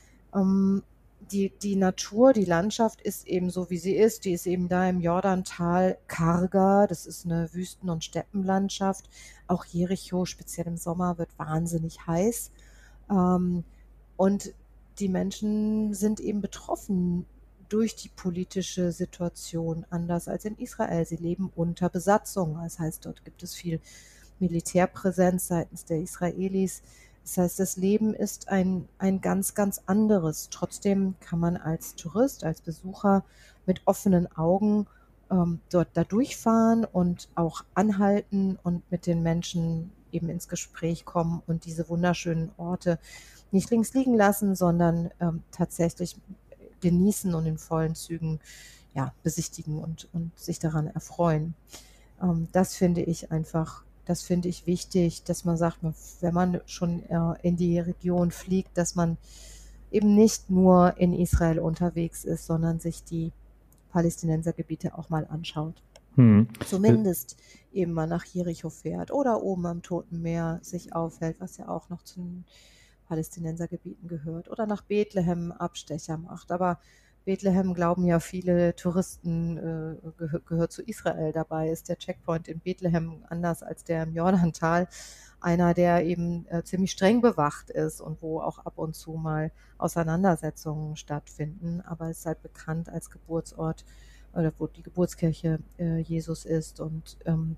Ähm, die, die Natur, die Landschaft ist eben so, wie sie ist. Die ist eben da im Jordantal karger. Das ist eine Wüsten- und Steppenlandschaft. Auch Jericho, speziell im Sommer, wird wahnsinnig heiß. Ähm, und die Menschen sind eben betroffen durch die politische Situation, anders als in Israel. Sie leben unter Besatzung. Das heißt, dort gibt es viel Militärpräsenz seitens der Israelis. Das heißt, das Leben ist ein, ein ganz, ganz anderes. Trotzdem kann man als Tourist, als Besucher mit offenen Augen ähm, dort da durchfahren und auch anhalten und mit den Menschen eben ins Gespräch kommen und diese wunderschönen Orte nicht links liegen lassen, sondern ähm, tatsächlich genießen und in vollen Zügen ja, besichtigen und, und sich daran erfreuen. Ähm, das finde ich einfach, das finde ich wichtig, dass man sagt, wenn man schon äh, in die Region fliegt, dass man eben nicht nur in Israel unterwegs ist, sondern sich die Palästinensergebiete auch mal anschaut. Hm. Zumindest eben mal nach Jericho fährt oder oben am Toten Meer sich aufhält, was ja auch noch zu den Palästinensergebieten gehört, oder nach Bethlehem Abstecher macht. Aber Bethlehem glauben ja viele Touristen, äh, geh gehört zu Israel. Dabei ist der Checkpoint in Bethlehem anders als der im Jordantal. Einer, der eben äh, ziemlich streng bewacht ist und wo auch ab und zu mal Auseinandersetzungen stattfinden. Aber es ist halt bekannt als Geburtsort oder wo die Geburtskirche äh, Jesus ist. Und ähm,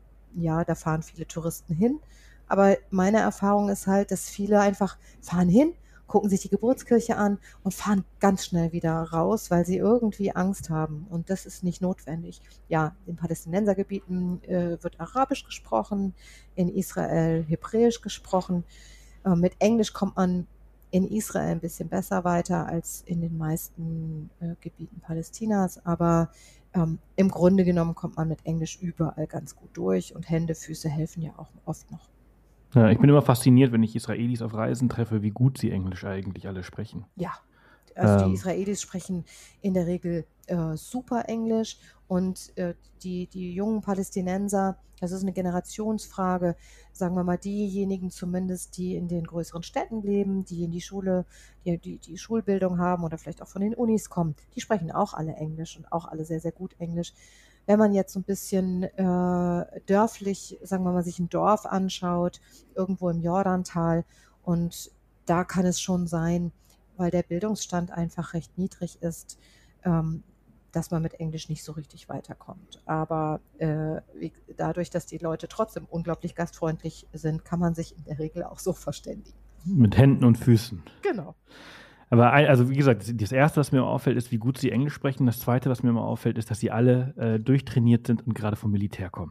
ja, da fahren viele Touristen hin. Aber meine Erfahrung ist halt, dass viele einfach fahren hin, gucken sich die Geburtskirche an und fahren ganz schnell wieder raus, weil sie irgendwie Angst haben. Und das ist nicht notwendig. Ja, in Palästinensergebieten äh, wird Arabisch gesprochen, in Israel Hebräisch gesprochen. Äh, mit Englisch kommt man in Israel ein bisschen besser weiter als in den meisten äh, Gebieten Palästinas, aber ähm, im Grunde genommen kommt man mit Englisch überall ganz gut durch und Hände, Füße helfen ja auch oft noch. Ja, ich bin immer fasziniert, wenn ich Israelis auf Reisen treffe, wie gut sie Englisch eigentlich alle sprechen. Ja, also die Ähm, Israelis sprechen in der Regel äh, super Englisch und äh, die, die jungen Palästinenser, das ist eine Generationsfrage, sagen wir mal diejenigen zumindest, die in den größeren Städten leben, die in die Schule, die, die, die Schulbildung haben oder vielleicht auch von den Unis kommen, die sprechen auch alle Englisch und auch alle sehr, sehr gut Englisch. Wenn man jetzt so ein bisschen äh, dörflich, sagen wir mal, sich ein Dorf anschaut, irgendwo im Jordantal, und da kann es schon sein, weil der Bildungsstand einfach recht niedrig ist, ähm, dass man mit Englisch nicht so richtig weiterkommt. Aber äh, wie, dadurch, dass die Leute trotzdem unglaublich gastfreundlich sind, kann man sich in der Regel auch so verständigen. mit Händen und Füßen. Genau. Aber ein, also wie gesagt, das Erste, was mir auffällt, ist, wie gut sie Englisch sprechen. Das Zweite, was mir immer auffällt, ist, dass sie alle äh, durchtrainiert sind und gerade vom Militär kommen.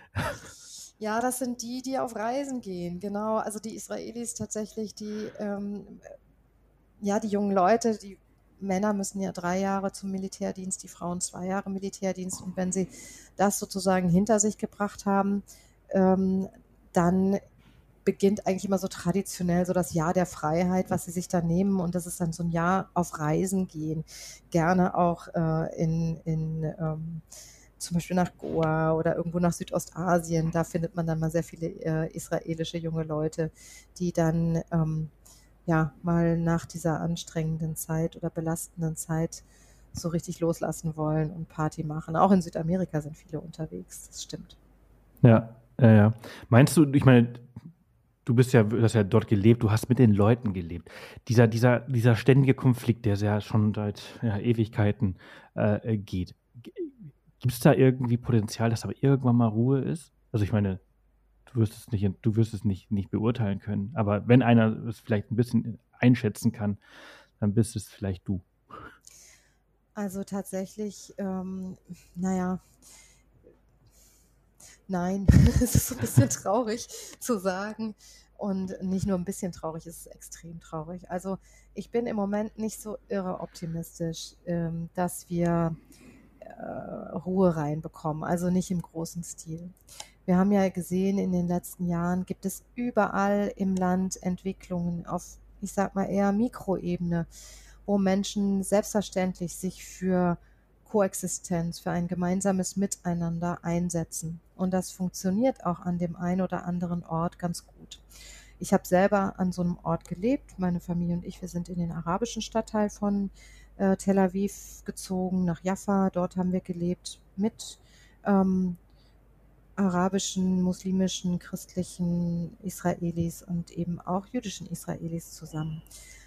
Ja, das sind die, die auf Reisen gehen, genau. Also die Israelis tatsächlich, die, ähm, ja, die jungen Leute, die Männer müssen ja drei Jahre zum Militärdienst, die Frauen zwei Jahre Militärdienst. Und wenn sie das sozusagen hinter sich gebracht haben, ähm, dann beginnt eigentlich immer so traditionell so das Jahr der Freiheit, was sie sich da nehmen. Und das ist dann so ein Jahr auf Reisen gehen. Gerne auch äh, in, in ähm, zum Beispiel nach Goa oder irgendwo nach Südostasien. Da findet man dann mal sehr viele äh, israelische junge Leute, die dann ähm, ja mal nach dieser anstrengenden Zeit oder belastenden Zeit so richtig loslassen wollen und Party machen. Auch in Südamerika sind viele unterwegs, das stimmt. Ja, ja, ja. Meinst du, ich meine, du bist ja, du hast ja dort gelebt, du hast mit den Leuten gelebt. Dieser, dieser, dieser ständige Konflikt, der ja schon seit ja, Ewigkeiten äh, geht. Gibt es da irgendwie Potenzial, dass aber irgendwann mal Ruhe ist? Also ich meine, du wirst es nicht, du wirst es nicht, nicht beurteilen können. Aber wenn einer es vielleicht ein bisschen einschätzen kann, dann bist es vielleicht du. Also tatsächlich, ähm, naja, nein, es ist so ein bisschen traurig zu sagen. Und nicht nur ein bisschen traurig, es ist extrem traurig. Also ich bin im Moment nicht so irre optimistisch, ähm, dass wir äh, Ruhe reinbekommen, also nicht im großen Stil. Wir haben ja gesehen, in den letzten Jahren gibt es überall im Land Entwicklungen auf, ich sag mal, eher Mikroebene, wo Menschen selbstverständlich sich für Koexistenz, für ein gemeinsames Miteinander einsetzen. Und das funktioniert auch an dem einen oder anderen Ort ganz gut. Ich habe selber an so einem Ort gelebt. Meine Familie und ich, wir sind in den arabischen Stadtteil von äh, Tel Aviv gezogen, nach Jaffa. Dort haben wir gelebt mit ähm, arabischen, muslimischen, christlichen Israelis und eben auch jüdischen Israelis zusammen.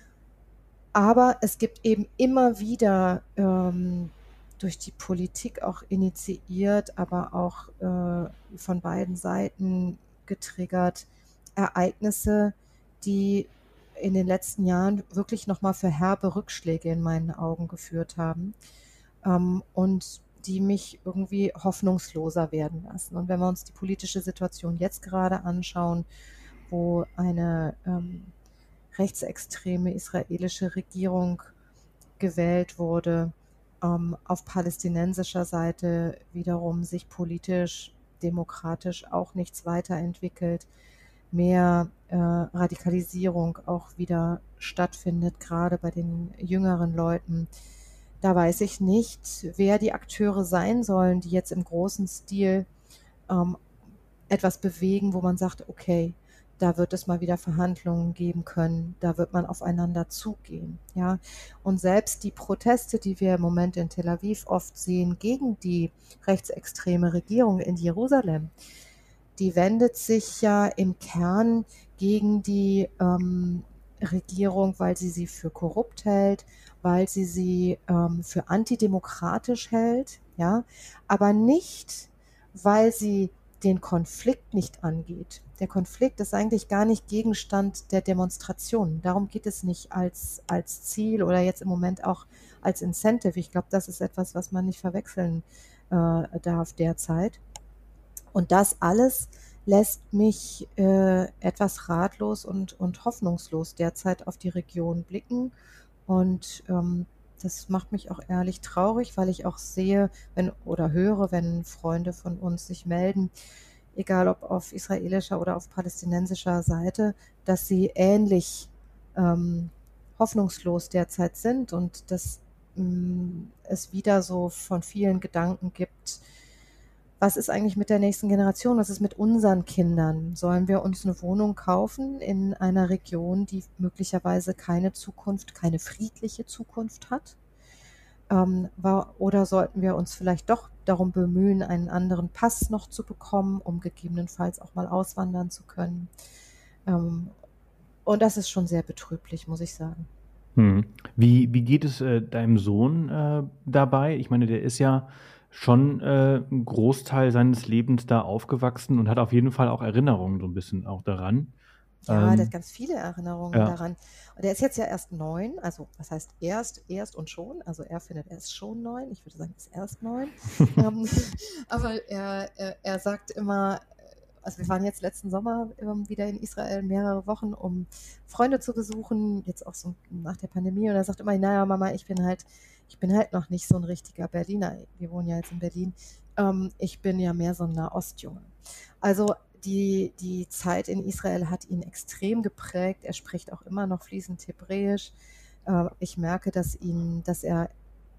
Aber es gibt eben immer wieder ähm, durch die Politik auch initiiert, aber auch äh, von beiden Seiten getriggert, Ereignisse, die in den letzten Jahren wirklich nochmal für herbe Rückschläge in meinen Augen geführt haben ähm, und die mich irgendwie hoffnungsloser werden lassen. Und wenn wir uns die politische Situation jetzt gerade anschauen, wo eine ähm, rechtsextreme israelische Regierung gewählt wurde, ähm, auf palästinensischer Seite wiederum sich politisch, demokratisch auch nichts weiterentwickelt, mehr äh, Radikalisierung auch wieder stattfindet, gerade bei den jüngeren Leuten. Da weiß ich nicht, wer die Akteure sein sollen, die jetzt im großen Stil ähm, etwas bewegen, wo man sagt, okay, da wird es mal wieder Verhandlungen geben können, da wird man aufeinander zugehen. Ja? Und selbst die Proteste, die wir im Moment in Tel Aviv oft sehen gegen die rechtsextreme Regierung in Jerusalem, die wendet sich ja im Kern gegen die ähm, Regierung, weil sie sie für korrupt hält, weil sie sie ähm, für antidemokratisch hält, ja, aber nicht, weil sie den Konflikt nicht angeht. Der Konflikt ist eigentlich gar nicht Gegenstand der Demonstrationen. Darum geht es nicht als, als Ziel oder jetzt im Moment auch als Incentive. Ich glaube, das ist etwas, was man nicht verwechseln äh, darf derzeit. Und das alles lässt mich äh, etwas ratlos und, und hoffnungslos derzeit auf die Region blicken. Und ähm, das macht mich auch ehrlich traurig, weil ich auch sehe, wenn oder höre, wenn Freunde von uns sich melden, egal ob auf israelischer oder auf palästinensischer Seite, dass sie ähnlich ähm, hoffnungslos derzeit sind und dass mh, es wieder so von vielen Gedanken gibt, was ist eigentlich mit der nächsten Generation? Was ist mit unseren Kindern? Sollen wir uns eine Wohnung kaufen in einer Region, die möglicherweise keine Zukunft, keine friedliche Zukunft hat? Ähm, wa- oder sollten wir uns vielleicht doch darum bemühen, einen anderen Pass noch zu bekommen, um gegebenenfalls auch mal auswandern zu können? Ähm, und das ist schon sehr betrüblich, muss ich sagen. Hm. Wie, wie geht es äh, deinem Sohn äh, dabei? Ich meine, der ist ja schon äh, einen Großteil seines Lebens da aufgewachsen und hat auf jeden Fall auch Erinnerungen so ein bisschen auch daran. Ja, der hat Ähm, ganz viele Erinnerungen ja. daran. Und der ist jetzt ja erst neun, also was heißt erst, erst und schon. Also er findet, er ist schon neun. Ich würde sagen, er ist erst neun. Ähm, aber er, er, er sagt immer, also wir waren jetzt letzten Sommer ähm, wieder in Israel mehrere Wochen, um Freunde zu besuchen, jetzt auch so nach der Pandemie. Und er sagt immer, naja, Mama, ich bin halt, ich bin halt noch nicht so ein richtiger Berliner. Wir wohnen ja jetzt in Berlin. Ähm, ich bin ja mehr so ein Nahostjunge. Also die, die Zeit in Israel hat ihn extrem geprägt. Er spricht auch immer noch fließend Hebräisch. Äh, ich merke, dass ihn, dass er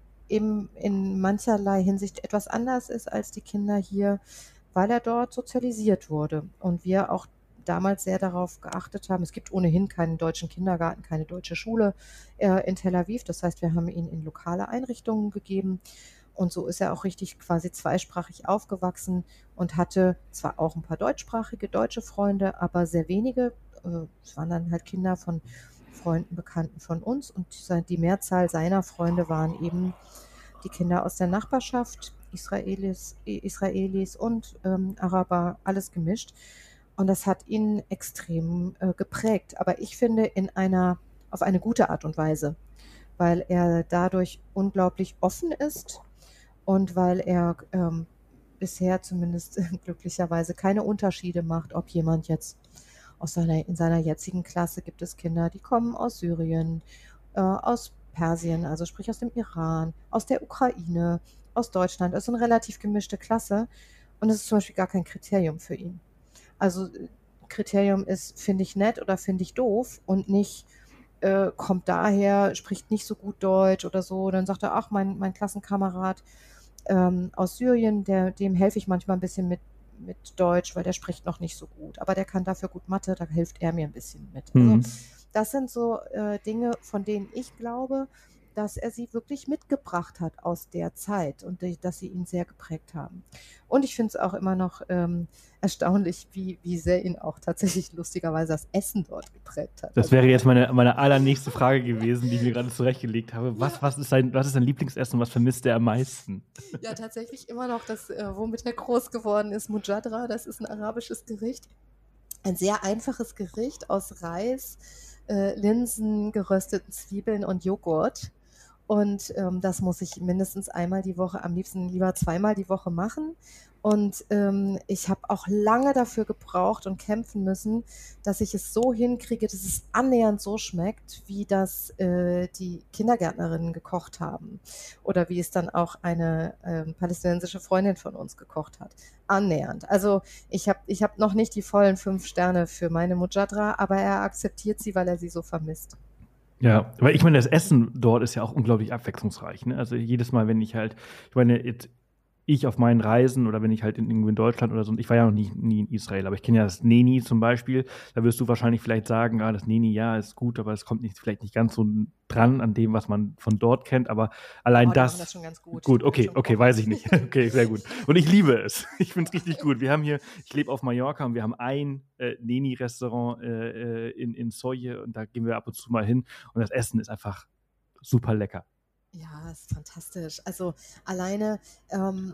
eben in mancherlei Hinsicht etwas anders ist als die Kinder hier, weil er dort sozialisiert wurde. Und wir auch damals sehr darauf geachtet haben. Es gibt ohnehin keinen deutschen Kindergarten, keine deutsche Schule äh, in Tel Aviv. Das heißt, wir haben ihn in lokale Einrichtungen gegeben. Und so ist er auch richtig quasi zweisprachig aufgewachsen und hatte zwar auch ein paar deutschsprachige deutsche Freunde, aber sehr wenige. Äh, Es waren dann halt Kinder von Freunden, Bekannten von uns und die Mehrzahl seiner Freunde waren eben die Kinder aus der Nachbarschaft, Israelis, Israelis und ähm, Araber, alles gemischt. Und das hat ihn extrem äh, geprägt. Aber ich finde in einer, auf eine gute Art und Weise, weil er dadurch unglaublich offen ist und weil er ähm, bisher zumindest glücklicherweise keine Unterschiede macht, ob jemand jetzt aus seiner, in seiner jetzigen Klasse gibt es Kinder, die kommen aus Syrien, äh, aus Persien, also sprich aus dem Iran, aus der Ukraine, aus Deutschland. Das ist eine relativ gemischte Klasse und es ist zum Beispiel gar kein Kriterium für ihn. Also äh, Kriterium ist, finde ich nett oder finde ich doof und nicht, äh, kommt daher, spricht nicht so gut Deutsch oder so. Dann sagt er, ach, mein, mein Klassenkamerad ähm, aus Syrien, der, dem helfe ich manchmal ein bisschen mit, mit Deutsch, weil der spricht noch nicht so gut. Aber der kann dafür gut Mathe, da hilft er mir ein bisschen mit. Also Mhm. das sind so äh, Dinge, von denen ich glaube, dass er sie wirklich mitgebracht hat aus der Zeit und die, dass sie ihn sehr geprägt haben. Und ich finde es auch immer noch ähm, erstaunlich, wie, wie sehr ihn auch tatsächlich lustigerweise das Essen dort geprägt hat. Das Also wäre jetzt meine, meine allernächste Frage gewesen, die ich mir gerade zurechtgelegt habe. ja, Was, was ist sein, was ist sein Lieblingsessen und was vermisst er am meisten? ja, tatsächlich immer noch das, äh, womit er groß geworden ist, Mujadra. Das ist ein arabisches Gericht. Ein sehr einfaches Gericht aus Reis, äh, Linsen, gerösteten Zwiebeln und Joghurt. Und ähm, das muss ich mindestens einmal die Woche, am liebsten lieber zweimal die Woche machen. Und ähm, ich habe auch lange dafür gebraucht und kämpfen müssen, dass ich es so hinkriege, dass es annähernd so schmeckt, wie das äh, die Kindergärtnerinnen gekocht haben. Oder wie es dann auch eine ähm, palästinensische Freundin von uns gekocht hat. Annähernd. Also ich habe ich hab noch nicht die vollen fünf Sterne für meine Mujadra, aber er akzeptiert sie, weil er sie so vermisst. Ja, weil ich meine, das Essen dort ist ja auch unglaublich abwechslungsreich. Ne? Also jedes Mal, wenn ich halt, ich meine, jetzt ich auf meinen Reisen oder wenn ich halt in, irgendwo in Deutschland oder so, ich war ja noch nie, nie in Israel, aber ich kenne ja das Neni zum Beispiel, da wirst du wahrscheinlich vielleicht sagen, ah, das Neni, ja, ist gut, aber es kommt nicht, vielleicht nicht ganz so dran an dem, was man von dort kennt, aber allein Oh, die machen das das, schon ganz gut. Die gut, können okay, schon okay, kochen. weiß ich nicht, okay, sehr gut. Und ich liebe es, ich finde es richtig gut. Wir haben hier, ich lebe auf Mallorca und wir haben ein äh, Neni-Restaurant äh, äh, in, in Soje und da gehen wir ab und zu mal hin und das Essen ist einfach super lecker. Ja, ist fantastisch. Also alleine ähm,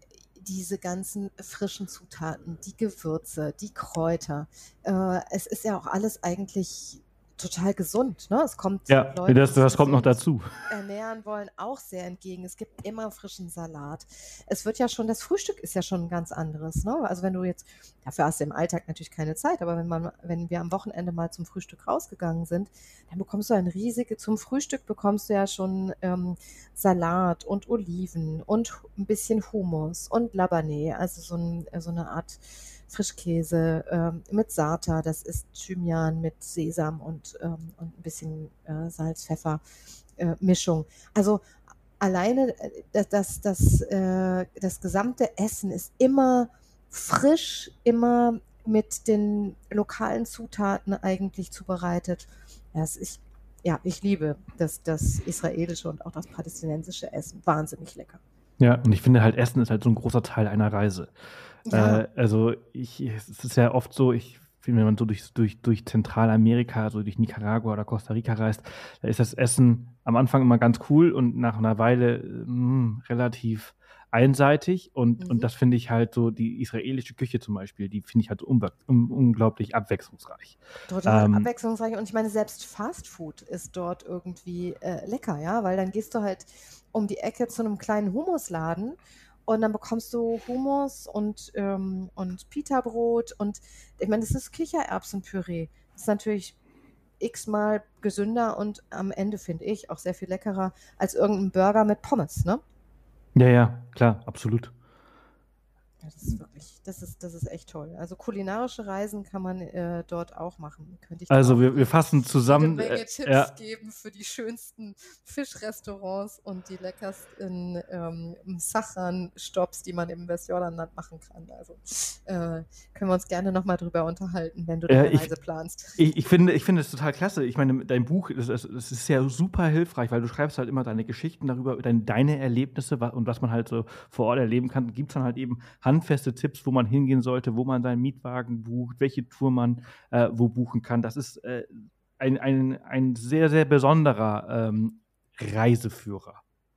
diese ganzen frischen Zutaten, die Gewürze, die Kräuter. Äh, es ist ja auch alles eigentlich total gesund. Ne? Es kommt Ja, Leuten, das, die sich das kommt noch gesund dazu. ernähren wollen, auch sehr entgegen. Es gibt immer frischen Salat. Es wird ja schon, das Frühstück ist ja schon ein ganz anderes. Ne? Also wenn du jetzt, dafür hast du im Alltag natürlich keine Zeit, aber wenn man, wenn wir am Wochenende mal zum Frühstück rausgegangen sind, dann bekommst du ein riesiges, zum Frühstück bekommst du ja schon ähm, Salat und Oliven und ein bisschen Hummus und Labanais, also so, ein, so eine Art Frischkäse ähm, mit Sata, das ist Thymian mit Sesam und, ähm, und ein bisschen äh, Salz, Pfeffer, äh, Mischung. Also alleine äh, das, das, das, äh, das gesamte Essen ist immer frisch, immer mit den lokalen Zutaten eigentlich zubereitet. Das ist, ja, ich liebe das, das israelische und auch das palästinensische Essen. Wahnsinnig lecker. Ja, und ich finde halt, Essen ist halt so ein großer Teil einer Reise. Ja, Äh, also ich, es ist ja oft so, ich finde, wenn man so durch, durch, durch Zentralamerika, so durch Nicaragua oder Costa Rica reist, da ist das Essen am Anfang immer ganz cool und nach einer Weile mh, relativ einseitig. Und, und mhm. das finde ich halt so, die israelische Küche zum Beispiel, die finde ich halt un un unglaublich abwechslungsreich. Total Ähm, abwechslungsreich und ich meine, selbst Fastfood ist dort irgendwie äh, lecker, ja, weil dann gehst du halt um die Ecke zu einem kleinen Hummusladen und dann bekommst du Hummus und, ähm, und Pita-Brot und ich meine, das ist Kichererbsenpüree. Das ist natürlich x-mal gesünder und am Ende finde ich auch sehr viel leckerer als irgendein Burger mit Pommes, ne? ja, ja, klar, absolut. Ja, das ist wirklich, das ist, das ist echt toll. Also kulinarische Reisen kann man äh, dort auch machen. Könnte ich dir Also auch wir, wir je, fassen jede zusammen, äh, Menge Tipps ja, geben für die schönsten Fischrestaurants und die leckersten ähm, Sachan-Stops, die man im Westjordanland machen kann. Also äh, können wir uns gerne nochmal drüber unterhalten, wenn du äh, deine ich, Reise planst. Ich, ich finde, ich finde es total klasse. Ich meine, dein Buch, das, das, das ist ja super hilfreich, weil du schreibst halt immer deine Geschichten darüber, dein, deine Erlebnisse wa- und was man halt so vor Ort erleben kann. Gibt es dann halt eben handfeste Tipps, wo man hingehen sollte, wo man seinen Mietwagen bucht, welche Tour man äh, wo buchen kann. Das ist äh, ein, ein, ein sehr, sehr besonderer ähm, Reiseführer.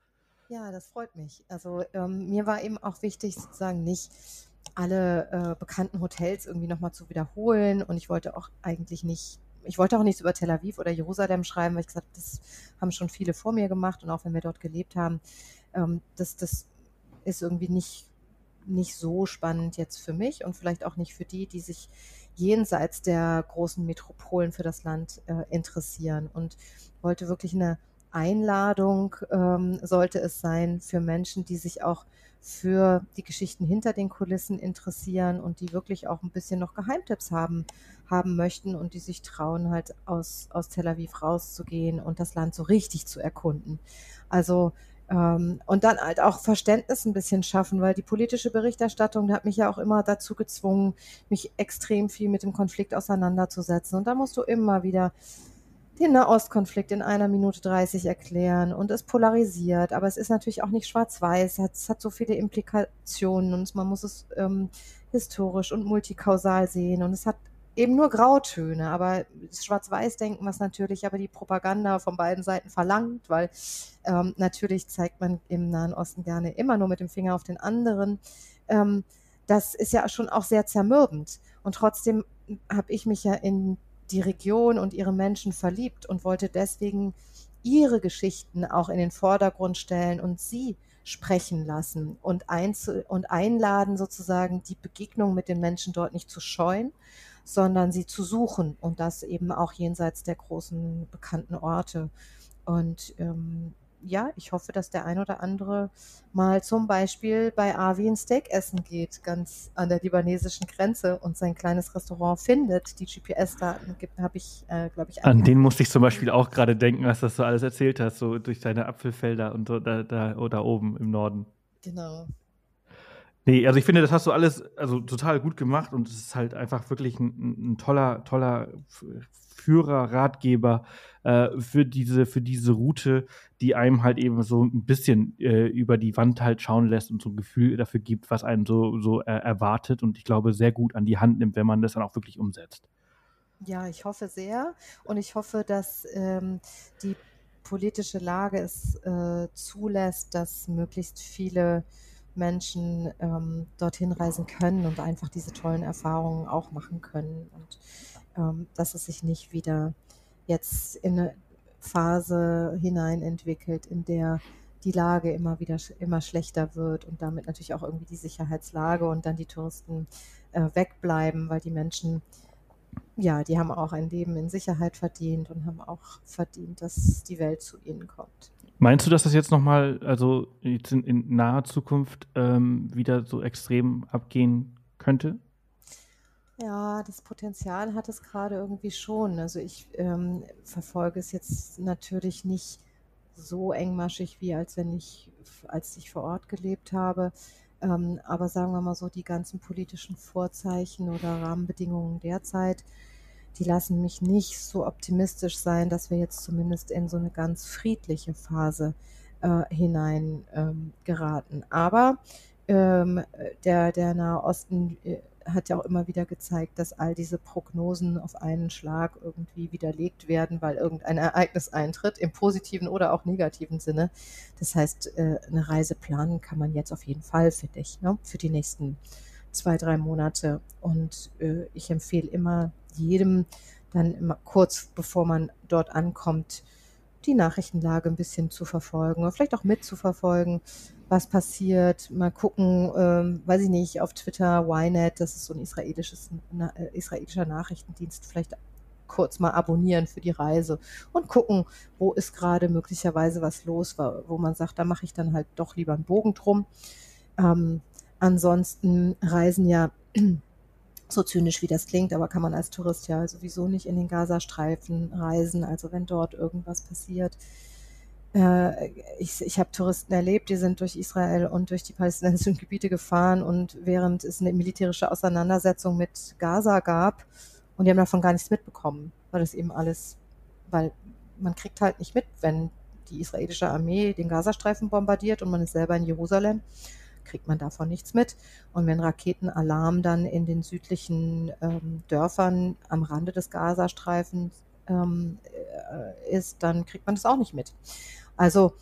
Ja, das freut mich. Also ähm, mir war eben auch wichtig, sozusagen nicht alle äh, bekannten Hotels irgendwie nochmal zu wiederholen. Und ich wollte auch eigentlich nicht, ich wollte auch nichts über Tel Aviv oder Jerusalem schreiben, weil ich gesagt habe, das haben schon viele vor mir gemacht und auch wenn wir dort gelebt haben, ähm, das, das ist irgendwie nicht, nicht so spannend jetzt für mich und vielleicht auch nicht für die, die sich jenseits der großen Metropolen für das Land äh, interessieren und wollte wirklich eine Einladung ähm, sollte es sein für Menschen, die sich auch für die Geschichten hinter den Kulissen interessieren und die wirklich auch ein bisschen noch Geheimtipps haben, haben möchten und die sich trauen, halt aus, aus Tel Aviv rauszugehen und das Land so richtig zu erkunden. Also ähm, und dann halt auch Verständnis ein bisschen schaffen, weil die politische Berichterstattung hat mich ja auch immer dazu gezwungen, mich extrem viel mit dem Konflikt auseinanderzusetzen. Und da musst du immer wieder den Nahostkonflikt in einer Minute dreißig erklären und es polarisiert, aber es ist natürlich auch nicht schwarz-weiß, es hat, es hat so viele Implikationen und man muss es ähm, historisch und multikausal sehen und es hat eben nur Grautöne, aber das Schwarz-Weiß-Denken, was natürlich aber die Propaganda von beiden Seiten verlangt, weil ähm, natürlich zeigt man im Nahen Osten gerne immer nur mit dem Finger auf den anderen. Ähm, das ist ja schon auch sehr zermürbend und trotzdem habe ich mich ja in die Region und ihre Menschen verliebt und wollte deswegen ihre Geschichten auch in den Vordergrund stellen und sie sprechen lassen und, einzu und einladen, sozusagen die Begegnung mit den Menschen dort nicht zu scheuen, sondern sie zu suchen und das eben auch jenseits der großen bekannten Orte. Und ähm, ja, ich hoffe, dass der ein oder andere mal zum Beispiel bei Avi ein Steak essen geht, ganz an der libanesischen Grenze und sein kleines Restaurant findet. Die G P S-Daten habe ich, äh, glaube ich, An den angegeben. musste ich zum Beispiel auch gerade denken, als das so alles erzählt hast, so durch deine Apfelfelder und so da, da oder oben im Norden. Genau. Nee, also ich finde, das hast du alles also total gut gemacht und es ist halt einfach wirklich ein, ein, ein toller, toller Führer, Ratgeber äh, für diese, für diese Route, die einem halt eben so ein bisschen äh, über die Wand halt schauen lässt und so ein Gefühl dafür gibt, was einen so, so äh, erwartet und ich glaube sehr gut an die Hand nimmt, wenn man das dann auch wirklich umsetzt. Ja, ich hoffe sehr und ich hoffe, dass ähm, die politische Lage es äh, zulässt, dass möglichst viele Menschen ähm, dorthin reisen können und einfach diese tollen Erfahrungen auch machen können und ähm, dass es sich nicht wieder jetzt in eine Phase hinein entwickelt, in der die Lage immer wieder immer schlechter wird und damit natürlich auch irgendwie die Sicherheitslage und dann die Touristen äh, wegbleiben, weil die Menschen, ja, die haben auch ein Leben in Sicherheit verdient und haben auch verdient, dass die Welt zu ihnen kommt. Meinst du, dass das jetzt nochmal, also jetzt in, in naher Zukunft ähm, wieder so extrem abgehen könnte? Ja, das Potenzial hat es gerade irgendwie schon. Also ich ähm, verfolge es jetzt natürlich nicht so engmaschig, wie als wenn ich, als ich vor Ort gelebt habe. Ähm, aber sagen wir mal so, die ganzen politischen Vorzeichen oder Rahmenbedingungen derzeit, die lassen mich nicht so optimistisch sein, dass wir jetzt zumindest in so eine ganz friedliche Phase äh, hinein ähm, geraten. Aber ähm, der, der Nahe Osten äh, hat ja auch immer wieder gezeigt, dass all diese Prognosen auf einen Schlag irgendwie widerlegt werden, weil irgendein Ereignis eintritt, im positiven oder auch negativen Sinne. Das heißt, äh, eine Reise planen kann man jetzt auf jeden Fall, finde ich, ne? Für die nächsten zwei, drei Monate. Und äh, ich empfehle immer jedem dann immer kurz bevor man dort ankommt, die Nachrichtenlage ein bisschen zu verfolgen oder vielleicht auch mitzuverfolgen, was passiert. Mal gucken, ähm, weiß ich nicht, auf Twitter, Ynet, das ist so ein israelisches, na, äh, israelischer Nachrichtendienst, vielleicht kurz mal abonnieren für die Reise und gucken, wo ist gerade möglicherweise was los, wo man sagt, da mache ich dann halt doch lieber einen Bogen drum. Ähm, ansonsten reisen ja, so zynisch wie das klingt, aber kann man als Tourist ja sowieso nicht in den Gazastreifen reisen, also wenn dort irgendwas passiert. Äh, ich ich habe Touristen erlebt, die sind durch Israel und durch die palästinensischen Gebiete gefahren und während es eine militärische Auseinandersetzung mit Gaza gab und die haben davon gar nichts mitbekommen, weil das eben alles, weil man kriegt halt nicht mit, wenn die israelische Armee den Gazastreifen bombardiert und man ist selber in Jerusalem, kriegt man davon nichts mit. Und wenn Raketenalarm dann in den südlichen ähm, Dörfern am Rande des Gazastreifens ähm, äh, ist, dann kriegt man das auch nicht mit. Also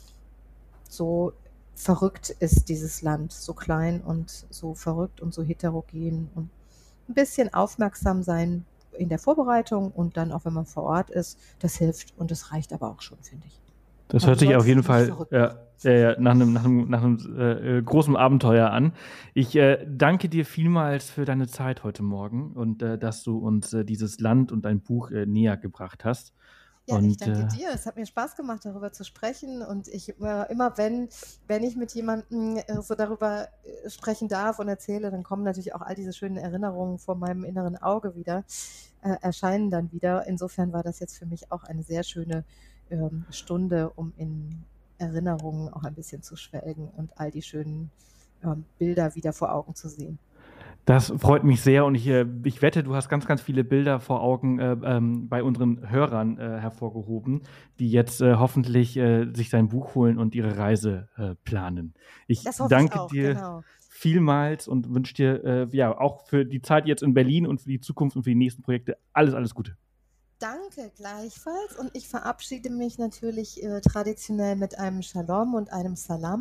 so verrückt ist dieses Land, so klein und so verrückt und so heterogen. Und ein bisschen aufmerksam sein in der Vorbereitung und dann auch, wenn man vor Ort ist, das hilft und das reicht aber auch schon, finde ich. Das hört sich auf jeden Fall ja, ja, ja, nach einem, nach einem, nach einem äh, großen Abenteuer an. Ich äh, danke dir vielmals für deine Zeit heute Morgen und äh, dass du uns äh, dieses Land und dein Buch äh, näher gebracht hast. Ja, und, ich danke äh, dir. Es hat mir Spaß gemacht, darüber zu sprechen. Und ich immer, immer wenn, wenn ich mit jemandem äh, so darüber äh, sprechen darf und erzähle, dann kommen natürlich auch all diese schönen Erinnerungen vor meinem inneren Auge wieder, äh, erscheinen dann wieder. Insofern war das jetzt für mich auch eine sehr schöne ähm, Stunde, um in Erinnerungen auch ein bisschen zu schwelgen und all die schönen ähm, Bilder wieder vor Augen zu sehen. Das freut mich sehr und ich, äh, ich wette, du hast ganz, ganz viele Bilder vor Augen äh, ähm, bei unseren Hörern äh, hervorgehoben, die jetzt äh, hoffentlich äh, sich dein Buch holen und ihre Reise äh, planen. Ich Das hoffe danke ich auch, dir genau. vielmals und wünsche dir äh, ja auch für die Zeit jetzt in Berlin und für die Zukunft und für die nächsten Projekte alles, alles Gute. Danke gleichfalls und ich verabschiede mich natürlich äh, traditionell mit einem Shalom und einem Salam.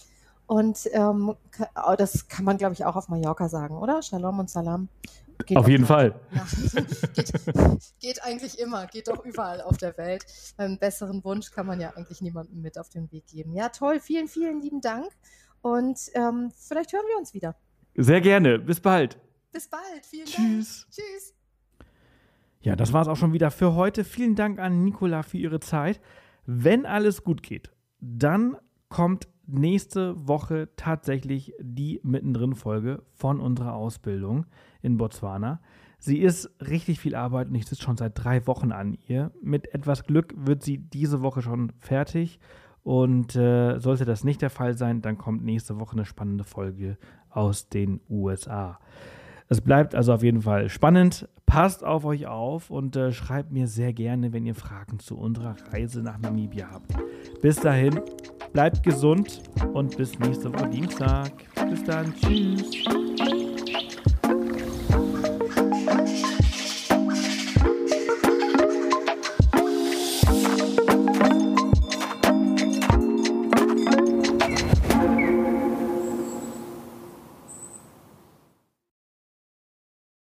Und ähm, das kann man, glaube ich, auch auf Mallorca sagen, oder? Shalom und Salam. Geht auf jeden Fall. Ja, geht, geht eigentlich immer, geht doch überall auf der Welt. Einen besseren Wunsch kann man ja eigentlich niemandem mit auf den Weg geben. Ja, toll, vielen, vielen lieben Dank und ähm, vielleicht hören wir uns wieder. Sehr gerne, bis bald. Bis bald, vielen Tschüss. Dank. Tschüss. Ja, das war es auch schon wieder für heute. Vielen Dank an Nicola für ihre Zeit. Wenn alles gut geht, dann kommt nächste Woche tatsächlich die Mittendrin-Folge von unserer Ausbildung in Botswana. Sie ist richtig viel Arbeit und ich sitze schon seit drei Wochen an ihr. Mit etwas Glück wird sie diese Woche schon fertig und äh, sollte das nicht der Fall sein, dann kommt nächste Woche eine spannende Folge aus den U S A. Es bleibt also auf jeden Fall spannend. Passt auf euch auf und äh, schreibt mir sehr gerne, wenn ihr Fragen zu unserer Reise nach Namibia habt. Bis dahin, bleibt gesund und bis nächste Woche Dienstag. Bis dann. Tschüss.